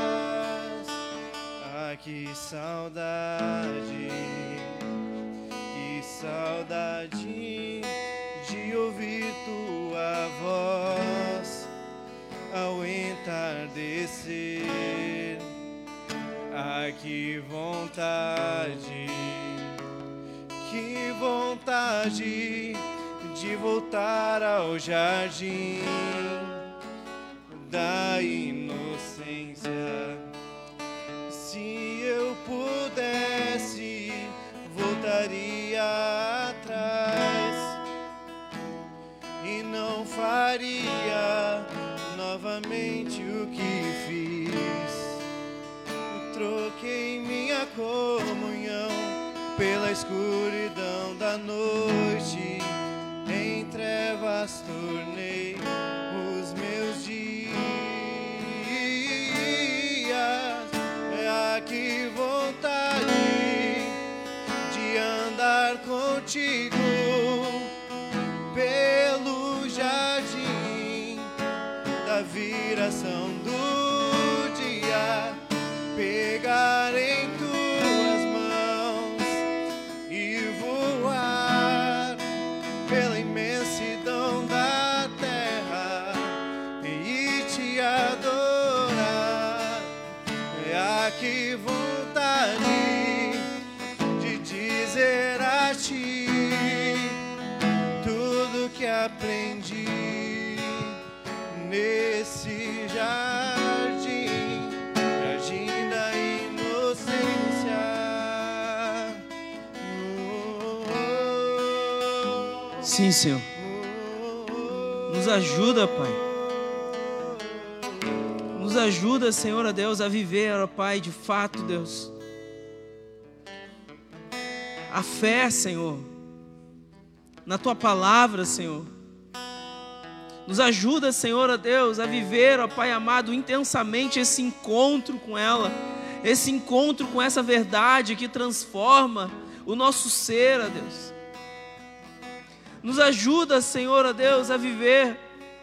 Ah, que saudade, que saudade de ouvir tua voz ao entardecer. Ah, que vontade, que vontade de voltar ao jardim da inocência. Se eu pudesse, voltaria atrás e não faria novamente o que fiz. Troquei minha comunhão pela escuridão da noite, em trevas tornei os meus dias. Ah, que vontade de andar contigo pelo jardim da viração do dia, pegar em tuas mãos e voar pela imensidão da terra e te adorar. Ah, que vontade de dizer a ti tudo que aprendi nesse jardim, jardim da inocência.
Sim, Senhor. Nos ajuda, Pai. Nos ajuda, Senhor, a Deus, a viver, ó Pai, de fato, Deus, a fé, Senhor, na Tua palavra, Senhor. Nos ajuda, Senhor, ó Deus, a viver, ó Pai amado, intensamente esse encontro com ela, esse encontro com essa verdade que transforma o nosso ser, ó Deus. Nos ajuda, Senhor, ó Deus, a viver.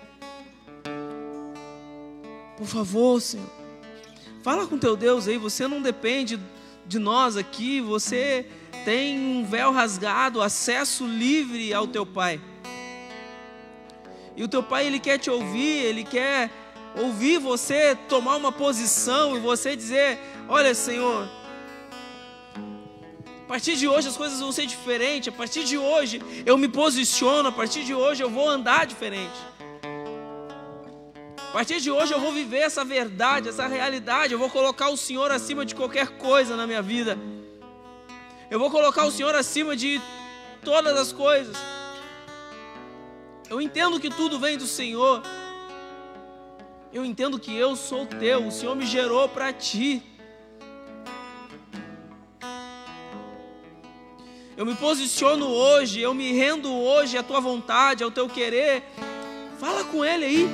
Por favor, Senhor, fala com teu Deus aí. Você não depende de nós aqui, você tem um véu rasgado, acesso livre ao teu Pai. E o teu Pai, Ele quer te ouvir, Ele quer ouvir você tomar uma posição e você dizer: olha, Senhor, a partir de hoje as coisas vão ser diferentes, a partir de hoje eu me posiciono, a partir de hoje eu vou andar diferente. A partir de hoje eu vou viver essa verdade, essa realidade, eu vou colocar o Senhor acima de qualquer coisa na minha vida. Eu vou colocar o Senhor acima de todas as coisas. Eu entendo que tudo vem do Senhor. Eu entendo que eu sou teu, o Senhor me gerou para ti. Eu me posiciono hoje, eu me rendo hoje à tua vontade, ao teu querer. Fala com Ele aí.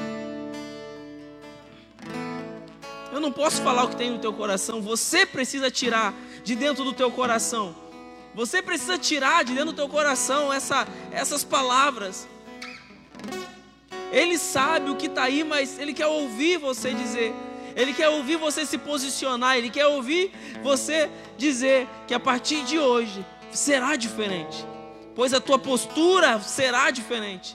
Eu não posso falar o que tem no teu coração. Você precisa tirar de dentro do teu coração. Você precisa tirar de dentro do teu coração essa, essas palavras. Ele sabe o que está aí, mas Ele quer ouvir você dizer. Ele quer ouvir você se posicionar. Ele quer ouvir você dizer que a partir de hoje será diferente, pois a tua postura será diferente.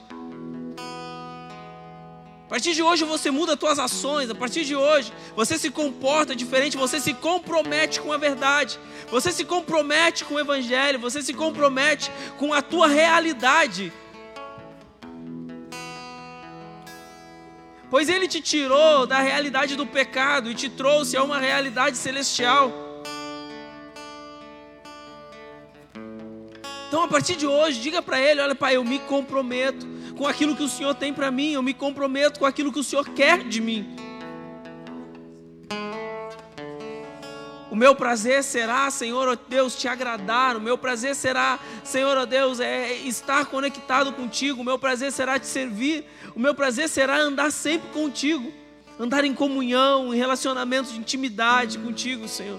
A partir de hoje você muda as tuas ações. A partir de hoje você se comporta diferente. Você se compromete com a verdade. Você se compromete com o Evangelho. Você se compromete com a tua realidade. Pois Ele te tirou da realidade do pecado e te trouxe a uma realidade celestial. Então, a partir de hoje, diga para Ele: olha, Pai, eu me comprometo com aquilo que o Senhor tem para mim, eu me comprometo com aquilo que o Senhor quer de mim. O meu prazer será, Senhor, ó Deus, te agradar. O meu prazer será, Senhor, ó Deus, é estar conectado contigo. O meu prazer será te servir. O meu prazer será andar sempre contigo. Andar em comunhão, em relacionamentos de intimidade contigo, Senhor.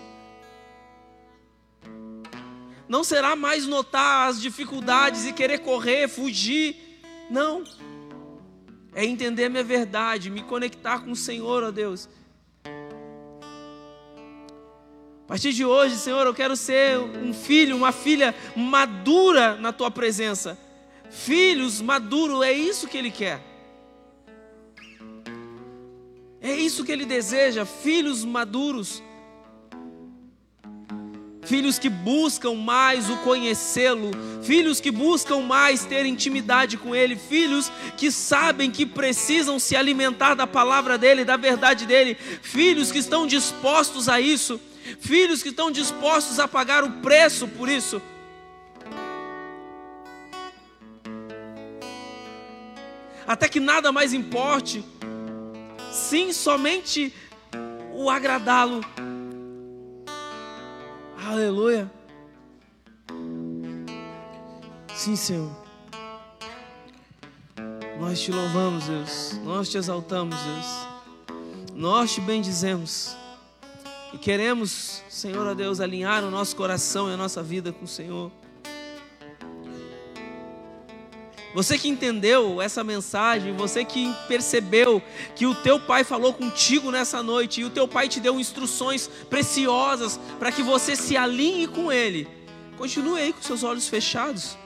Não será mais notar as dificuldades e querer correr, fugir. Não. É entender a minha verdade, me conectar com o Senhor, ó Deus. A partir de hoje, Senhor, eu quero ser um filho, uma filha madura na Tua presença. Filhos maduros, é isso que Ele quer. É isso que Ele deseja, filhos maduros. Filhos que buscam mais o conhecê-lo. Filhos que buscam mais ter intimidade com Ele. Filhos que sabem que precisam se alimentar da palavra dEle, da verdade dEle. Filhos que estão dispostos a isso. Filhos que estão dispostos a pagar o preço por isso. Até que nada mais importe. Sim, somente o agradá-lo. Aleluia. Sim, Senhor. Nós te louvamos, Deus. Nós te exaltamos, Deus. Nós te bendizemos. E queremos, Senhor, ó Deus, alinhar o nosso coração e a nossa vida com o Senhor. Você que entendeu essa mensagem, você que percebeu que o teu Pai falou contigo nessa noite, e o teu Pai te deu instruções preciosas para que você se alinhe com Ele, continue aí com seus olhos fechados.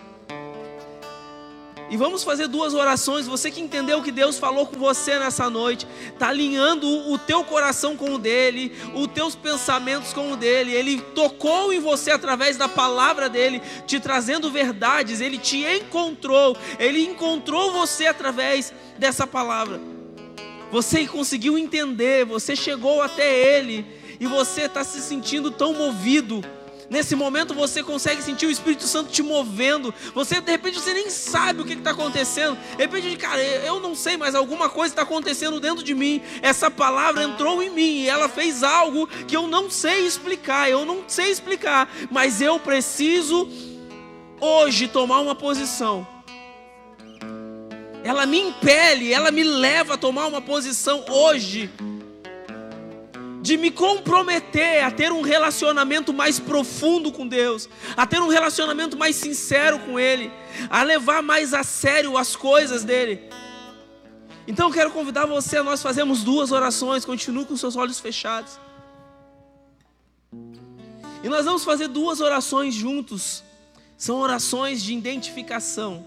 E vamos fazer duas orações. Você que entendeu que Deus falou com você nessa noite, está alinhando o teu coração com o dele, os teus pensamentos com o dele. Ele tocou em você através da palavra dele, te trazendo verdades. Ele te encontrou, ele encontrou você através dessa palavra. Você conseguiu entender, você chegou até ele e você está se sentindo tão movido. Nesse momento você consegue sentir o Espírito Santo te movendo. Você, de repente, você nem sabe o que está acontecendo. De repente, cara, eu não sei, mas alguma coisa está acontecendo dentro de mim. Essa palavra entrou em mim e ela fez algo que eu não sei explicar. Eu não sei explicar, mas eu preciso hoje tomar uma posição. Ela me impele, ela me leva a tomar uma posição hoje, de me comprometer a ter um relacionamento mais profundo com Deus, a ter um relacionamento mais sincero com Ele, a levar mais a sério as coisas dEle. Então eu quero convidar você a nós fazermos duas orações. Continue com seus olhos fechados. E nós vamos fazer duas orações juntos. São orações de identificação.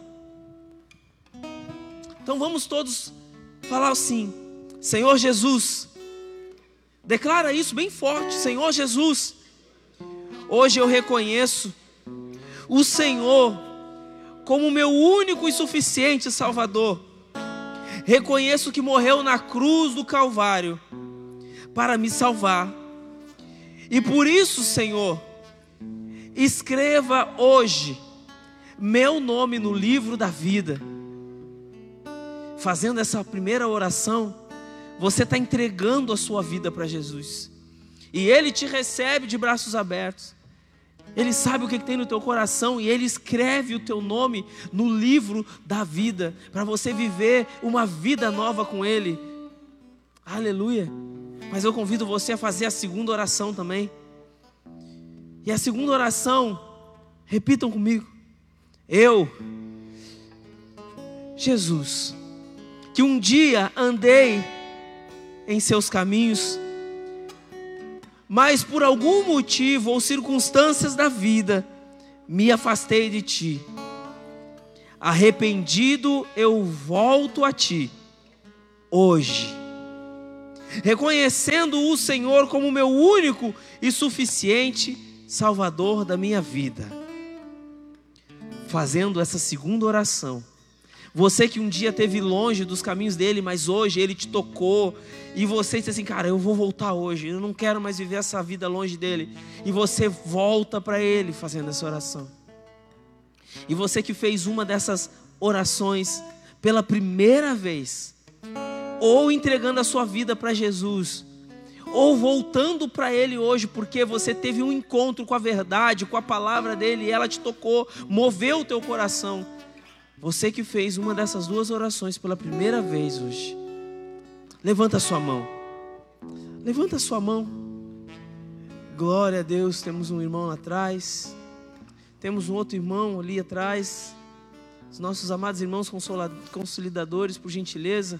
Então vamos todos falar assim: Senhor Jesus. Declara isso bem forte. Senhor Jesus, hoje eu reconheço o Senhor como meu único e suficiente Salvador. Reconheço que morreu na cruz do Calvário para me salvar. E por isso, Senhor, escreva hoje meu nome no livro da vida. Fazendo essa primeira oração, você está entregando a sua vida para Jesus. E Ele te recebe de braços abertos. Ele sabe o que tem no teu coração e Ele escreve o teu nome no livro da vida, para você viver uma vida nova com Ele. Aleluia. Mas eu convido você a fazer a segunda oração também. E a segunda oração, repitam comigo: eu, Jesus, que um dia andei em seus caminhos, mas por algum motivo ou circunstâncias da vida me afastei de ti. Arrependido eu volto a ti hoje, reconhecendo o Senhor como meu único e suficiente Salvador da minha vida. Fazendo essa segunda oração, você que um dia esteve longe dos caminhos dele, mas hoje ele te tocou, e você disse assim: cara, eu vou voltar hoje, eu não quero mais viver essa vida longe dele. E você volta para ele fazendo essa oração. E você que fez uma dessas orações, pela primeira vez, ou entregando a sua vida para Jesus, ou voltando para Ele hoje, porque você teve um encontro com a verdade, com a palavra dEle, e ela te tocou, moveu o teu coração. Você que fez uma dessas duas orações pela primeira vez hoje, levanta a sua mão, levanta a sua mão. Glória a Deus, temos um irmão lá atrás, temos um outro irmão ali atrás, os nossos amados irmãos consolidadores, por gentileza.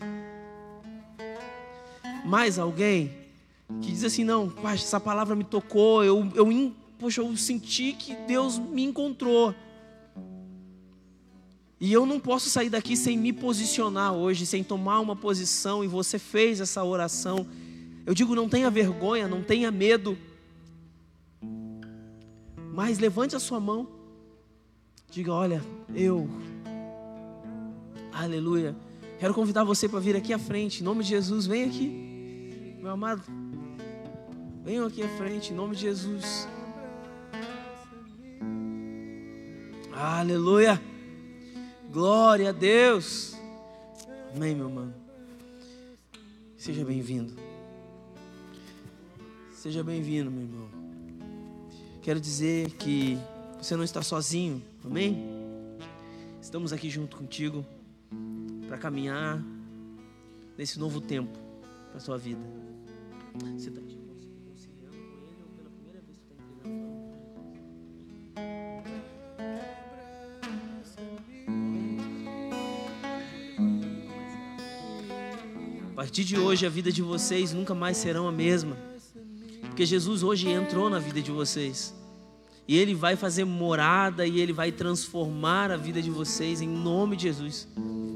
Mais alguém que diz assim, não, pai, essa palavra me tocou, eu, eu, poxa, eu senti que Deus me encontrou. E eu não posso sair daqui sem me posicionar hoje, sem tomar uma posição, e você fez essa oração. Eu digo, não tenha vergonha, não tenha medo, mas levante a sua mão, diga, olha, eu, aleluia, quero convidar você para vir aqui à frente, em nome de Jesus, vem aqui, meu amado, venham aqui à frente, em nome de Jesus, aleluia, glória a Deus, amém, meu mano, seja bem-vindo, seja bem-vindo, meu irmão. Quero dizer que você não está sozinho, amém? Estamos aqui junto contigo para caminhar nesse novo tempo para a sua vida. Você está te conciliando com Ele ou pela primeira vez você está entregando? A partir de hoje a vida de vocês nunca mais serão a mesma. Porque Jesus hoje entrou na vida de vocês. E Ele vai fazer morada e Ele vai transformar a vida de vocês em nome de Jesus.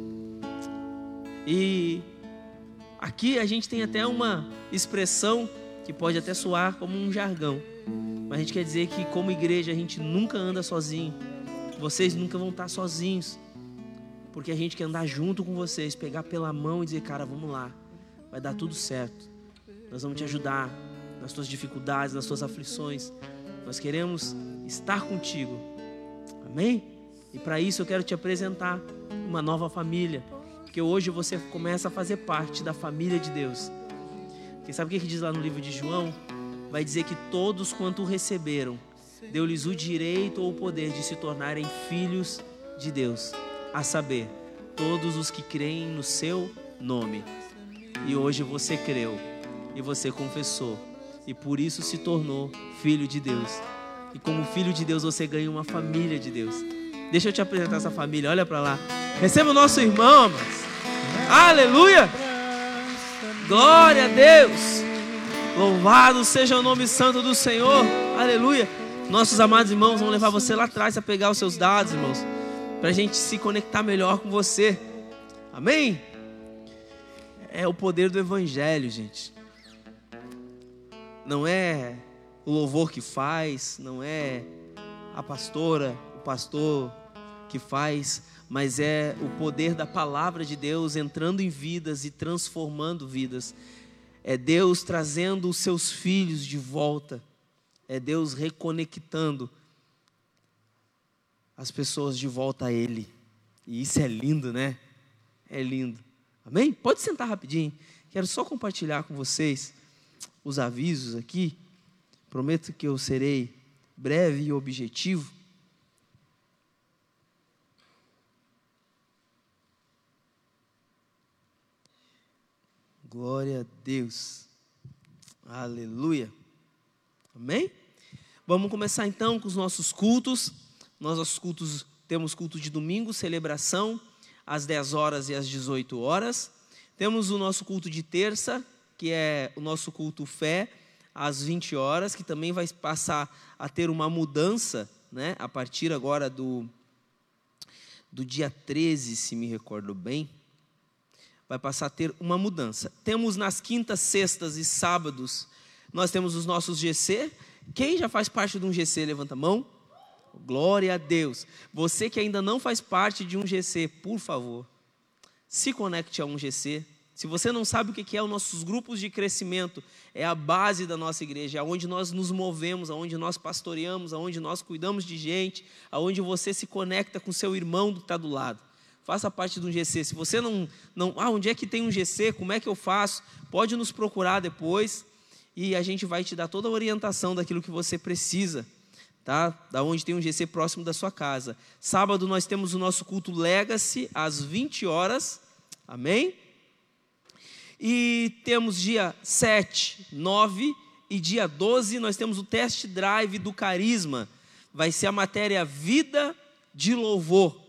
E aqui a gente tem até uma expressão que pode até soar como um jargão. Mas a gente quer dizer que como igreja a gente nunca anda sozinho. Vocês nunca vão estar sozinhos. Porque a gente quer andar junto com vocês, pegar pela mão e dizer, cara, vamos lá. Vai dar tudo certo. Nós vamos te ajudar nas tuas dificuldades, nas tuas aflições. Nós queremos estar contigo. Amém? E para isso eu quero te apresentar uma nova família. Porque hoje você começa a fazer parte da família de Deus. Quem sabe o que diz lá no livro de João? Vai dizer que todos quanto o receberam, deu-lhes o direito ou o poder de se tornarem filhos de Deus. A saber, todos os que creem no seu nome. E hoje você creu. E você confessou. E por isso se tornou filho de Deus. E como filho de Deus você ganha uma família de Deus. Deixa eu te apresentar essa família, olha para lá. Receba o nosso irmão, amados. Aleluia! Glória a Deus! Louvado seja o nome santo do Senhor. Aleluia! Nossos amados irmãos vão levar você lá atrás a pegar os seus dados, irmãos, para a gente se conectar melhor com você. Amém? É o poder do Evangelho, gente. Não é o louvor que faz, não é a pastora, o pastor que faz, mas é o poder da palavra de Deus entrando em vidas e transformando vidas. É Deus trazendo os seus filhos de volta. É Deus reconectando as pessoas de volta a Ele. E isso é lindo, né? É lindo. Amém? Pode sentar rapidinho. Quero só compartilhar com vocês os avisos aqui. Prometo que eu serei breve e objetivo. Glória a Deus. Aleluia. Amém? Vamos começar então com os nossos cultos. Nossos cultos, temos culto de domingo, celebração, às dez horas e às dezoito horas. Temos o nosso culto de terça, que é o nosso culto fé, às vinte horas, que também vai passar a ter uma mudança, né? A partir agora do, do dia treze, se me recordo bem, vai passar a ter uma mudança. Temos nas quintas, sextas e sábados, nós temos os nossos G C. Quem já faz parte de um G C, levanta a mão. Glória a Deus. Você que ainda não faz parte de um G C, por favor, se conecte a um G C. Se você não sabe o que é os nossos grupos de crescimento, é a base da nossa igreja, é onde nós nos movemos, onde nós pastoreamos, onde nós cuidamos de gente, onde você se conecta com seu irmão que está do lado. faça parte de um G C. Se você não, não... Ah, onde é que tem um G C? Como é que eu faço? Pode nos procurar depois e a gente vai te dar toda a orientação daquilo que você precisa, tá? Da onde tem um G C próximo da sua casa. Sábado nós temos o nosso culto Legacy às vinte horas, amém? E temos dia sete, nove e dia doze nós temos o test drive do Carisma. Vai ser a matéria Vida de Louvor.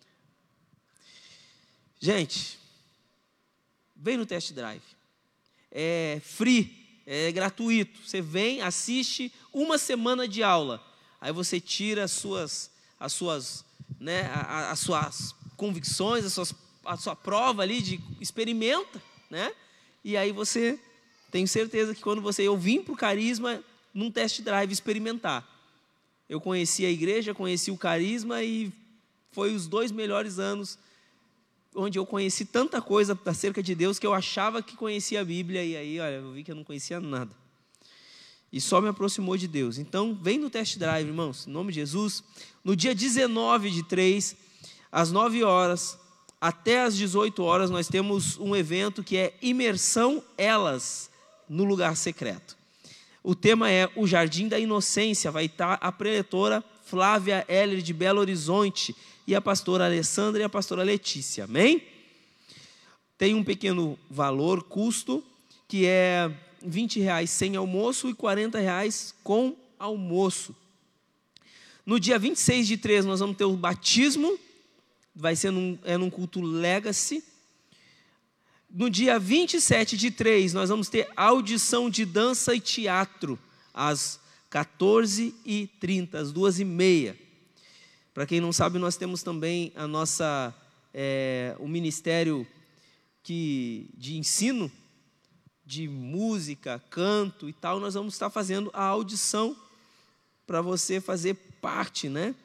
Gente, vem no test drive. É free, é gratuito. Você vem, assiste uma semana de aula. Aí você tira as suas, as suas, né, as suas convicções, as suas, a sua prova ali de experimenta, né? E aí você tem certeza que quando você eu vim para o Carisma num test drive experimentar. Eu conheci a igreja, conheci o Carisma e foi os dois melhores anos onde eu conheci tanta coisa acerca de Deus que eu achava que conhecia a Bíblia e aí, olha, eu vi que eu não conhecia nada. E só me aproximou de Deus. Então, vem no test drive, irmãos, em nome de Jesus. No dia dezenove de três, às nove horas, até às dezoito horas, nós temos um evento que é Imersão Elas, no Lugar Secreto. O tema é o Jardim da Inocência. Vai estar a preletora Flávia Heller de Belo Horizonte e a pastora Alessandra e a pastora Letícia, amém? Tem um pequeno valor, custo, que é vinte reais sem almoço e quarenta reais com almoço. No dia vinte e seis de três nós vamos ter o batismo, vai ser num, é num culto Legacy. No dia vinte e sete de três nós vamos ter audição de dança e teatro, às quatorze e trinta, às duas e meia. Para quem não sabe, nós temos também a nossa, é, o ministério que, de ensino, de música, canto e tal. Nós vamos estar fazendo a audição para você fazer parte, né?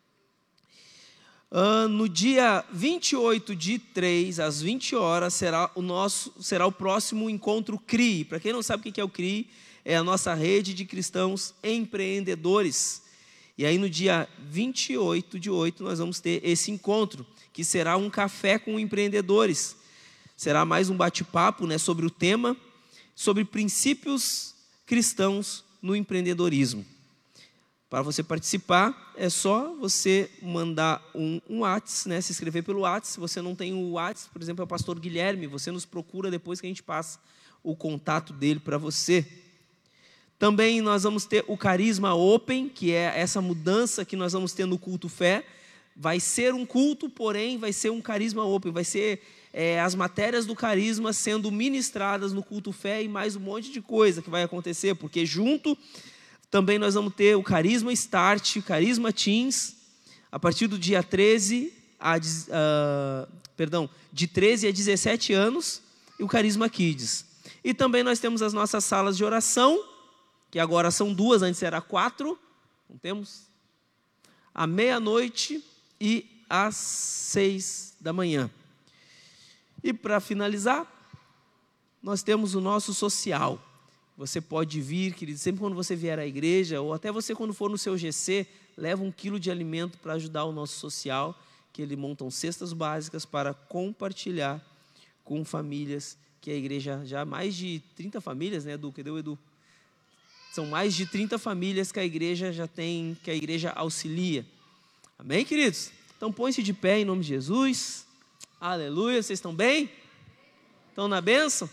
Uh, no dia vinte e oito de três, às vinte horas, será o, nosso, será o próximo encontro C R I. Para quem não sabe o que é o C R I, é a nossa rede de cristãos empreendedores. E aí no dia vinte e oito de oito nós vamos ter esse encontro, que será um café com empreendedores. Será mais um bate-papo, né, sobre o tema, sobre princípios cristãos no empreendedorismo. Para você participar, é só você mandar um, um WhatsApp, né, se inscrever pelo WhatsApp. Se você não tem o WhatsApp, por exemplo, é o pastor Guilherme, você nos procura depois que a gente passa o contato dele para você. Também nós vamos ter o Carisma Open, que é essa mudança que nós vamos ter no culto fé. Vai ser um culto, porém vai ser um Carisma Open, vai ser é, as matérias do Carisma sendo ministradas no culto fé e mais um monte de coisa que vai acontecer, porque junto também nós vamos ter o Carisma Start, o Carisma Teens, a partir do dia treze, a, uh, perdão, de treze a dezessete anos, e o Carisma Kids. E também nós temos as nossas salas de oração, que agora são duas, antes era quatro, não temos? À meia-noite e às seis da manhã. E para finalizar, nós temos o nosso social. Você pode vir, querido, sempre quando você vier à igreja, ou até você quando for no seu G C, leva um quilo de alimento para ajudar o nosso social, que ele montam cestas básicas para compartilhar com famílias, que a igreja, já mais de trinta famílias, né, Edu? Cadê o Edu? São mais de trinta famílias que a igreja já tem, que a igreja auxilia. Amém, queridos? Então põe-se de pé em nome de Jesus. Aleluia, vocês estão bem? Estão na bênção?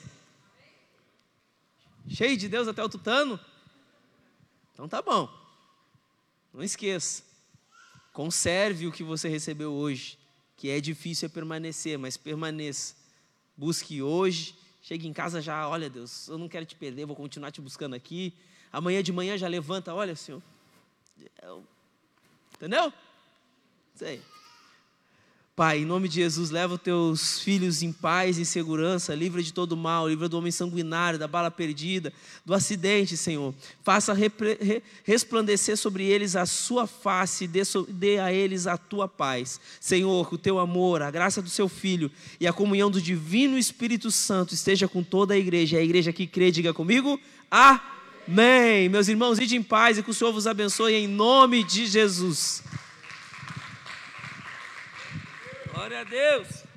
Cheio de Deus até o tutano? Então tá bom. Não esqueça. Conserve o que você recebeu hoje, que é difícil é permanecer, mas permaneça. Busque hoje. Chegue em casa já, olha Deus, eu não quero te perder, vou continuar te buscando aqui. Amanhã de manhã já levanta, olha Senhor. Eu... Entendeu? Isso aí. Pai, em nome de Jesus, leva os teus filhos em paz e segurança, livra de todo mal, livra do homem sanguinário, da bala perdida, do acidente, Senhor. Faça repre, re, resplandecer sobre eles a sua face e dê, dê a eles a tua paz. Senhor, que o teu amor, a graça do seu Filho e a comunhão do Divino Espírito Santo esteja com toda a igreja. A igreja que crê, diga comigo, amém. Meus irmãos, ide em paz e que o Senhor vos abençoe em nome de Jesus. Glória Glória a Deus.